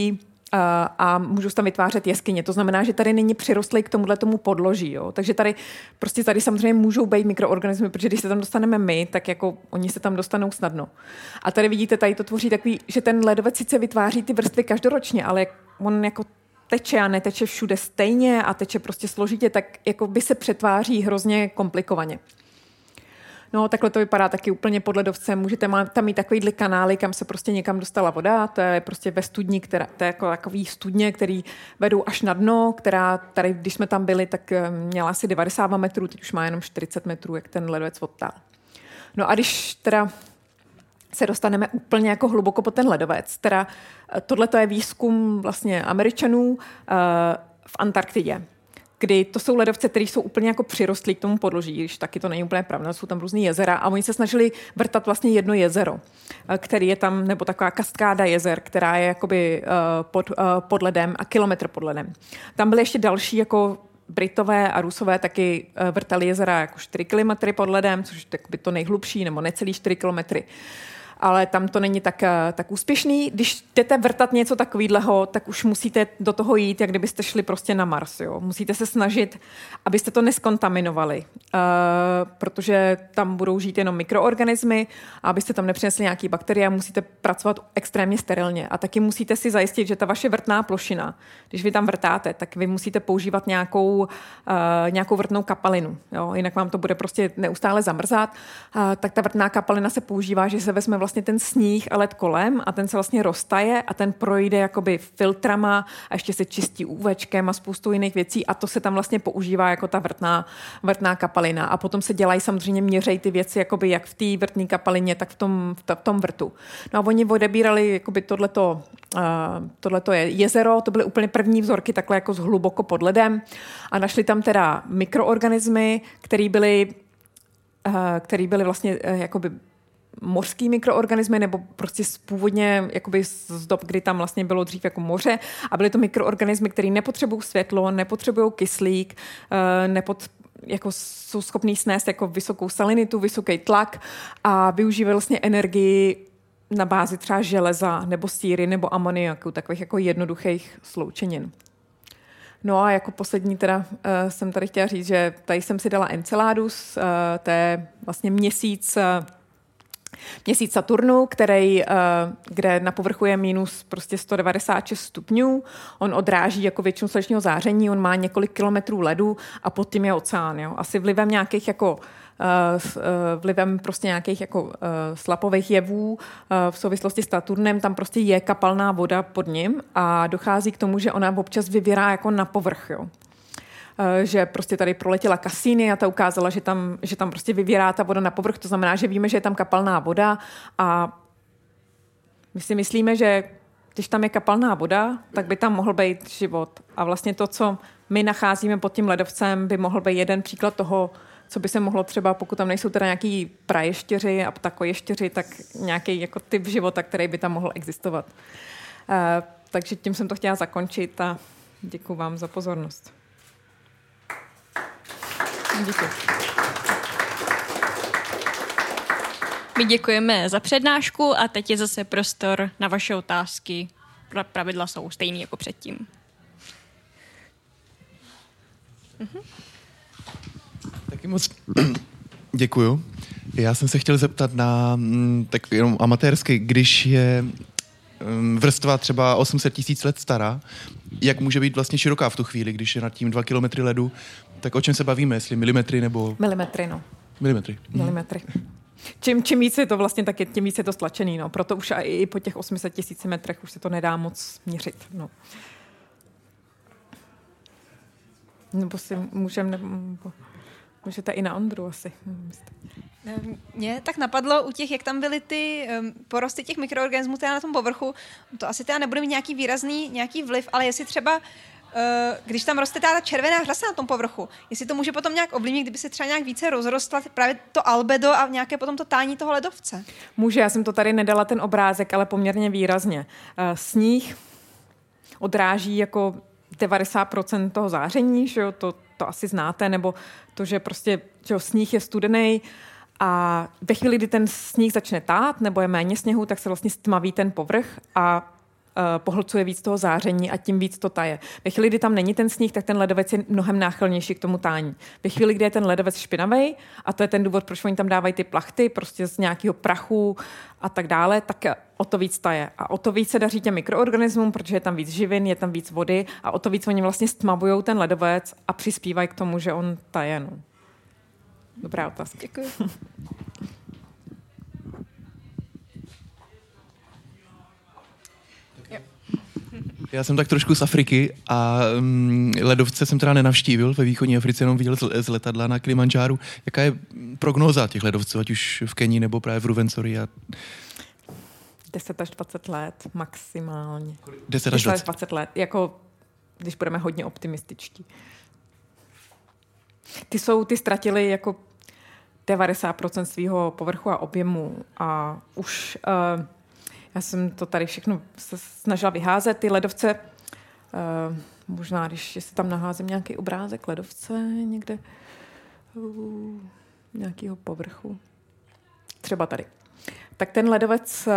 a můžou se tam vytvářet jeskyně. To znamená, že tady není přirostlý k tomu podloží. Jo? Takže tady samozřejmě můžou být mikroorganismy, protože když se tam dostaneme my, tak jako oni se tam dostanou snadno. A tady vidíte, tady to tvoří takový, že ten ledovec sice vytváří ty vrstvy každoročně, ale on jako teče a neteče všude stejně a teče prostě složitě, tak jako by se přetváří hrozně komplikovaně. No, takhle to vypadá taky úplně pod ledovcem. Můžete tam mít takovýhle kanály, kam se prostě někam dostala voda. To je prostě ve studni, to je jako takový studně, který vedou až na dno, která tady, když jsme tam byli, tak měla asi 92 metrů, teď už má jenom 40 metrů, jak ten ledovec odtál. No a když teda se dostaneme úplně jako hluboko pod ten ledovec, teda tohle je výzkum vlastně Američanů v Antarktidě, kdy to jsou ledovce, které jsou úplně jako přirostlí k tomu podloží, když taky to není úplně pravda, jsou tam různý jezera a oni se snažili vrtat vlastně jedno jezero, který je tam, nebo taková kaskáda jezer, která je jakoby pod ledem a kilometr pod ledem. Tam byly ještě další jako Britové a Rusové taky vrtali jezera jako 4 kilometry pod ledem, což je to nejhlubší, nebo necelý 4 kilometry. Ale tam to není tak úspěšný. Když jdete vrtat něco takového, tak už musíte do toho jít, jak kdybyste šli prostě na Mars. Jo? Musíte se snažit, abyste to neskontaminovali, protože tam budou žít jenom mikroorganismy a abyste tam nepřinesli nějaké bakterie, musíte pracovat extrémně sterilně. A taky musíte si zajistit, že ta vaše vrtná plošina, když vy tam vrtáte, tak vy musíte používat nějakou vrtnou kapalinu. Jo? Jinak vám to bude prostě neustále zamrzat. Tak ta vrtná kapalina se používá, že se vezme vlastně ten sníh a led kolem a ten se vlastně roztaje a ten projde jakoby filtrama a ještě se čistí UVčkem a spoustu jiných věcí a to se tam vlastně používá jako ta vrtná kapalina a potom se dělají samozřejmě měřejí ty věci jakoby jak v té vrtné kapalině, tak v tom vrtu. No a oni odebírali jakoby tohleto je jezero, to byly úplně první vzorky takhle jako hluboko pod ledem a našli tam teda mikroorganismy, který byly vlastně jakoby mořský mikroorganismy nebo prostě původně jakoby z dob, kdy tam vlastně bylo dřív jako moře a byly to mikroorganismy, které nepotřebují světlo, nepotřebují kyslík, jako jsou schopný snést jako vysokou salinitu, vysoký tlak a využívají vlastně energii na bázi třeba železa nebo síry nebo amoniaku, takových jako jednoduchých sloučenin. No a jako poslední teda jsem tady chtěla říct, že tady jsem si dala Enceladus, to je vlastně měsíc Saturnu, kde na povrchu je minus prostě 196 stupňů. On odráží jako většinu slunečního záření, on má několik kilometrů ledu a pod tím je oceán. Jo. Asi vlivem nějakých slapových jevů v souvislosti s Saturnem tam prostě je kapalná voda pod ním a dochází k tomu, že ona občas vyvěrá jako na povrch. Jo. že prostě tady proletěla Cassini a ta ukázala, že tam prostě vyvěrá ta voda na povrch, to znamená, že víme, že je tam kapalná voda a my si myslíme, že když tam je kapalná voda, tak by tam mohl být život. A vlastně to, co my nacházíme pod tím ledovcem, by mohl být jeden příklad toho, co by se mohlo třeba, pokud tam nejsou teda nějaký praještěři a ptakoještěři, tak nějaký jako typ života, který by tam mohl existovat. Takže tím jsem to chtěla zakončit a děkuji vám za pozornost. Děkuji. My děkujeme za přednášku a teď je zase prostor na vaše otázky. Pravidla jsou stejné jako předtím. Taky moc děkuju. Já jsem se chtěl zeptat na tak jenom amatérsky, když je vrstva třeba 800 000 let stará, jak může být vlastně široká v tu chvíli, když je nad tím 2 kilometry ledu, tak o čem se bavíme, jestli milimetry nebo... Milimetry, no. Milimetry. Milimetry. Čím víc je to vlastně, tak tím víc je to stlačený, no. Proto už i po těch 800 000 metrech už se to nedá moc měřit, no. Nebo si můžete i na Ondru asi. Mě tak napadlo u těch, jak tam byly ty porosty těch mikroorganismů teda na tom povrchu, to asi teda nebude mít nějaký vliv, ale jestli třeba, když tam roste ta červená hrasa na tom povrchu, jestli to může potom nějak ovlivnit, kdyby se třeba nějak více rozrostla právě to albedo a nějaké potom to tání toho ledovce. Může, já jsem to tady nedala ten obrázek, ale poměrně výrazně. Sníh odráží jako 90% toho záření, že jo, to asi znáte, nebo to, že prostě že sníh je studený a ve chvíli, kdy ten sníh začne tát nebo je méně sněhu, tak se vlastně stmaví ten povrch a pohlcuje víc toho záření a tím víc to taje. Ve chvíli, kdy tam není ten sníh, tak ten ledovec je mnohem náchylnější k tomu tání. Ve chvíli, kdy je ten ledovec špinavý, a to je ten důvod, proč oni tam dávají ty plachty, prostě z nějakého prachu a tak dále, tak o to víc taje. A o to víc se daří těm mikroorganismům, protože je tam víc živin, je tam víc vody a o to víc oni vlastně stmavujou ten ledovec a přispívají k tomu, že on taje. No. Dobrá otázka. Děkuji. Já jsem tak trošku z Afriky a ledovce jsem teda nenavštívil, ve východní Africe jenom viděl z letadla na Kilimandžáru. Jaká je prognóza těch ledovců, ať už v Kenii nebo právě v Rwenzori? 10 až 20 let maximálně. 10 až 20 let, jako když budeme hodně optimističtí. Ty ztratili jako 90% svého povrchu a objemu a už... Já jsem to tady všechno se snažila vyházet. Ty ledovce, možná, když si tam naházím nějaký obrázek ledovce někde, nějakého povrchu, třeba tady. Tak ten ledovec,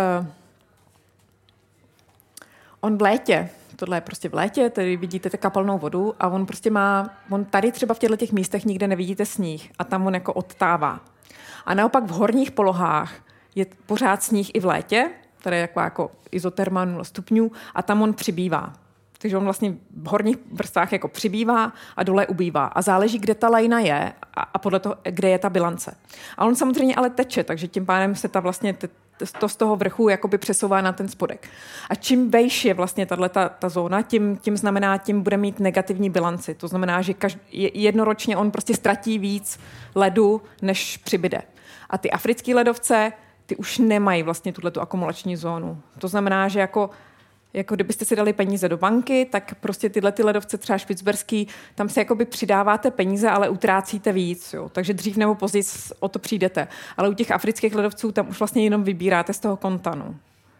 on v létě, tohle je prostě v létě, tady vidíte kapalnou vodu a on prostě on tady třeba v těchto místech nikde nevidíte sníh a tam on jako odtává. A naopak v horních polohách je pořád sníh i v létě, tady je jako izoterma 0 stupňů a tam on přibývá. Takže on vlastně v horních vrstvách jako přibývá a dole ubývá. A záleží, kde ta lajna je a podle toho, kde je ta bilance. A on samozřejmě ale teče, takže tím pádem se ta vlastně to z toho vrchu jakoby přesouvá na ten spodek. A čím vejš je vlastně ta zóna, tím znamená, tím bude mít negativní bilanci. To znamená, že jednoročně on prostě ztratí víc ledu, než přibyde. A ty africké ledovce, ty už nemají vlastně tu akumulační zónu. To znamená, že jako kdybyste si dali peníze do banky, tak prostě tyhle ty ledovce třeba špicberský, tam si jakoby přidáváte peníze, ale utrácíte víc. Jo. Takže dřív nebo později o to přijdete. Ale u těch afrických ledovců tam už vlastně jenom vybíráte z toho kontanu.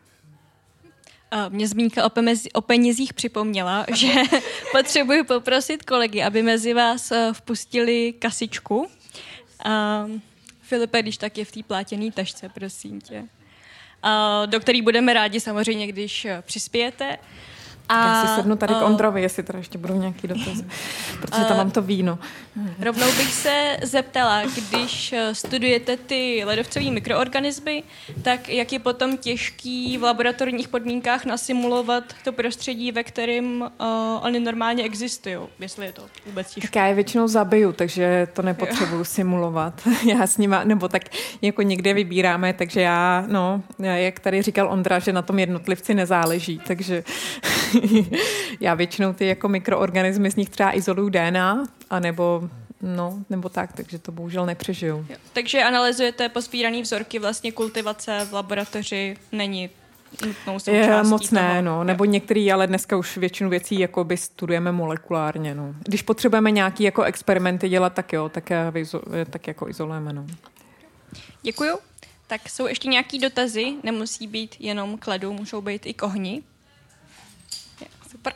Mě zmínka o penězích připomněla, že potřebuji poprosit kolegy, aby mezi vás vpustili kasičku. Filipe, když tak je v té plátěné tašce, prosím tě. Do který budeme rádi samozřejmě, když přispějete. Já si sednu tady k Ondrovi, jestli teda ještě budou nějaký dotazy, protože tam mám to víno. Rovnou bych se zeptala, když studujete ty ledovcové mikroorganismy, tak jak je potom těžký v laboratorních podmínkách nasimulovat to prostředí, ve kterém oni normálně existují, jestli je to vůbec těžké. Tak já je většinou zabiju, takže to nepotřebuju simulovat. Já s nima, nebo tak jako někde vybíráme, takže jak tady říkal Ondra, že na tom jednotlivci nezáleží, takže Já většinou ty jako mikroorganismy z nich třeba izoluju DNA, anebo nebo tak, takže to bohužel nepřežiju. Jo. Takže analyzujete pospíraný vzorky, vlastně kultivace v laboratoři není nutnou součástí moc ne, toho. Nebo některý, ale dneska už většinu věcí jakoby studujeme molekulárně. No. Když potřebujeme nějaký jako experimenty dělat, tak jo, tak jako izolujeme. No. Děkuju. Tak jsou ještě nějaký dotazy, nemusí být jenom k ledu, můžou být i k ohni. Super.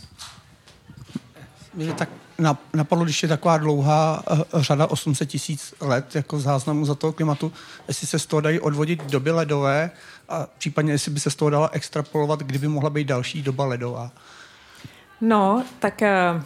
Mě tak napadlo, když je taková dlouhá řada 800 000 let jako záznamů za toho klimatu, jestli se z toho dají odvodit doby ledové a případně jestli by se z toho dala extrapolovat, kdyby mohla být další doba ledová. No, tak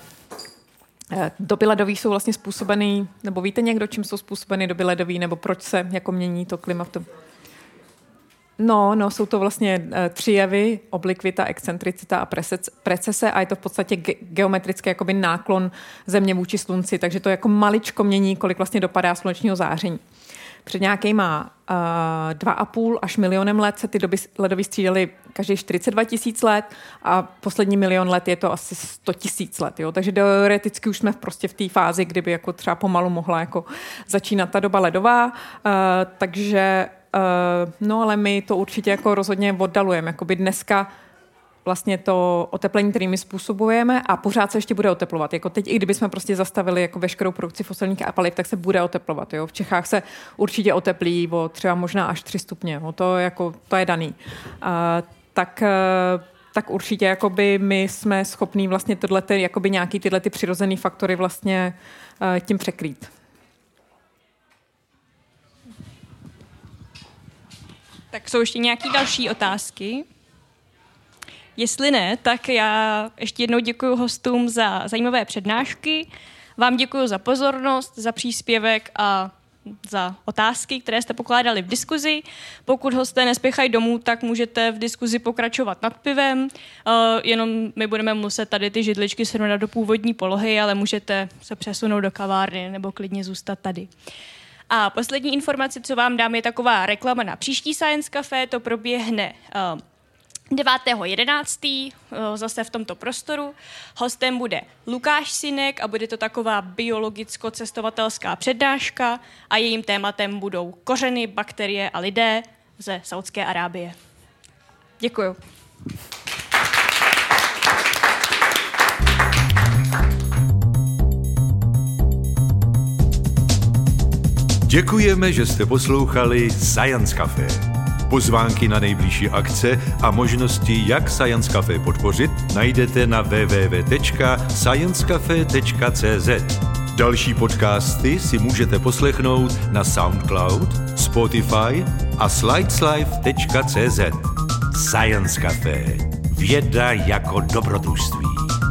doby ledové jsou vlastně způsobený, nebo víte někdo, čím jsou způsobeny doby ledové, nebo proč se jako mění to klima v tom? No, jsou to vlastně 3 jevy, oblikvita, excentricita a precese a je to v podstatě geometrický jakoby náklon Země vůči Slunci, takže to jako maličko mění, kolik vlastně dopadá slunečního záření. Před nějakýma 2,5 až milionem let se ty doby ledový střídaly každý 42 000 let a poslední milion let je to asi 100 000 let. Jo? Takže teoreticky už jsme prostě v té fázi, kdyby jako třeba pomalu mohla jako začínat ta doba ledová, takže ale my to určitě jako rozhodně oddalujeme. Jakoby dneska vlastně to oteplení, který my způsobujeme a pořád se ještě bude oteplovat. Jako teď, i kdybychom prostě zastavili jako veškerou produkci fosilních paliv, tak se bude oteplovat. Jo? V Čechách se určitě oteplí o třeba možná až 3 stupně. Jo? To je daný. Tak určitě jakoby my jsme schopní vlastně nějaký tyhle ty přirozený faktory vlastně tím překrýt. Tak jsou ještě nějaké další otázky? Jestli ne, tak já ještě jednou děkuji hostům za zajímavé přednášky. Vám děkuji za pozornost, za příspěvek a za otázky, které jste pokládali v diskuzi. Pokud hosté nespěchají domů, tak můžete v diskuzi pokračovat nad pivem. Jenom my budeme muset tady ty židličky srovnat do původní polohy, ale můžete se přesunout do kavárny nebo klidně zůstat tady. A poslední informace, co vám dám, je taková reklama na příští Science Café. To proběhne 9.11. zase v tomto prostoru. Hostem bude Lukáš Synek a bude to taková biologicko-cestovatelská přednáška a jejím tématem budou kořeny, bakterie a lidé ze Saúdské Arábie. Děkuju. Děkujeme, že jste poslouchali Science Café. Pozvánky na nejbližší akce a možnosti, jak Science Café podpořit, najdete na www.sciencecafe.cz. Další podcasty si můžete poslechnout na SoundCloud, Spotify a slideslife.cz. Science Café. Věda jako dobrodružství.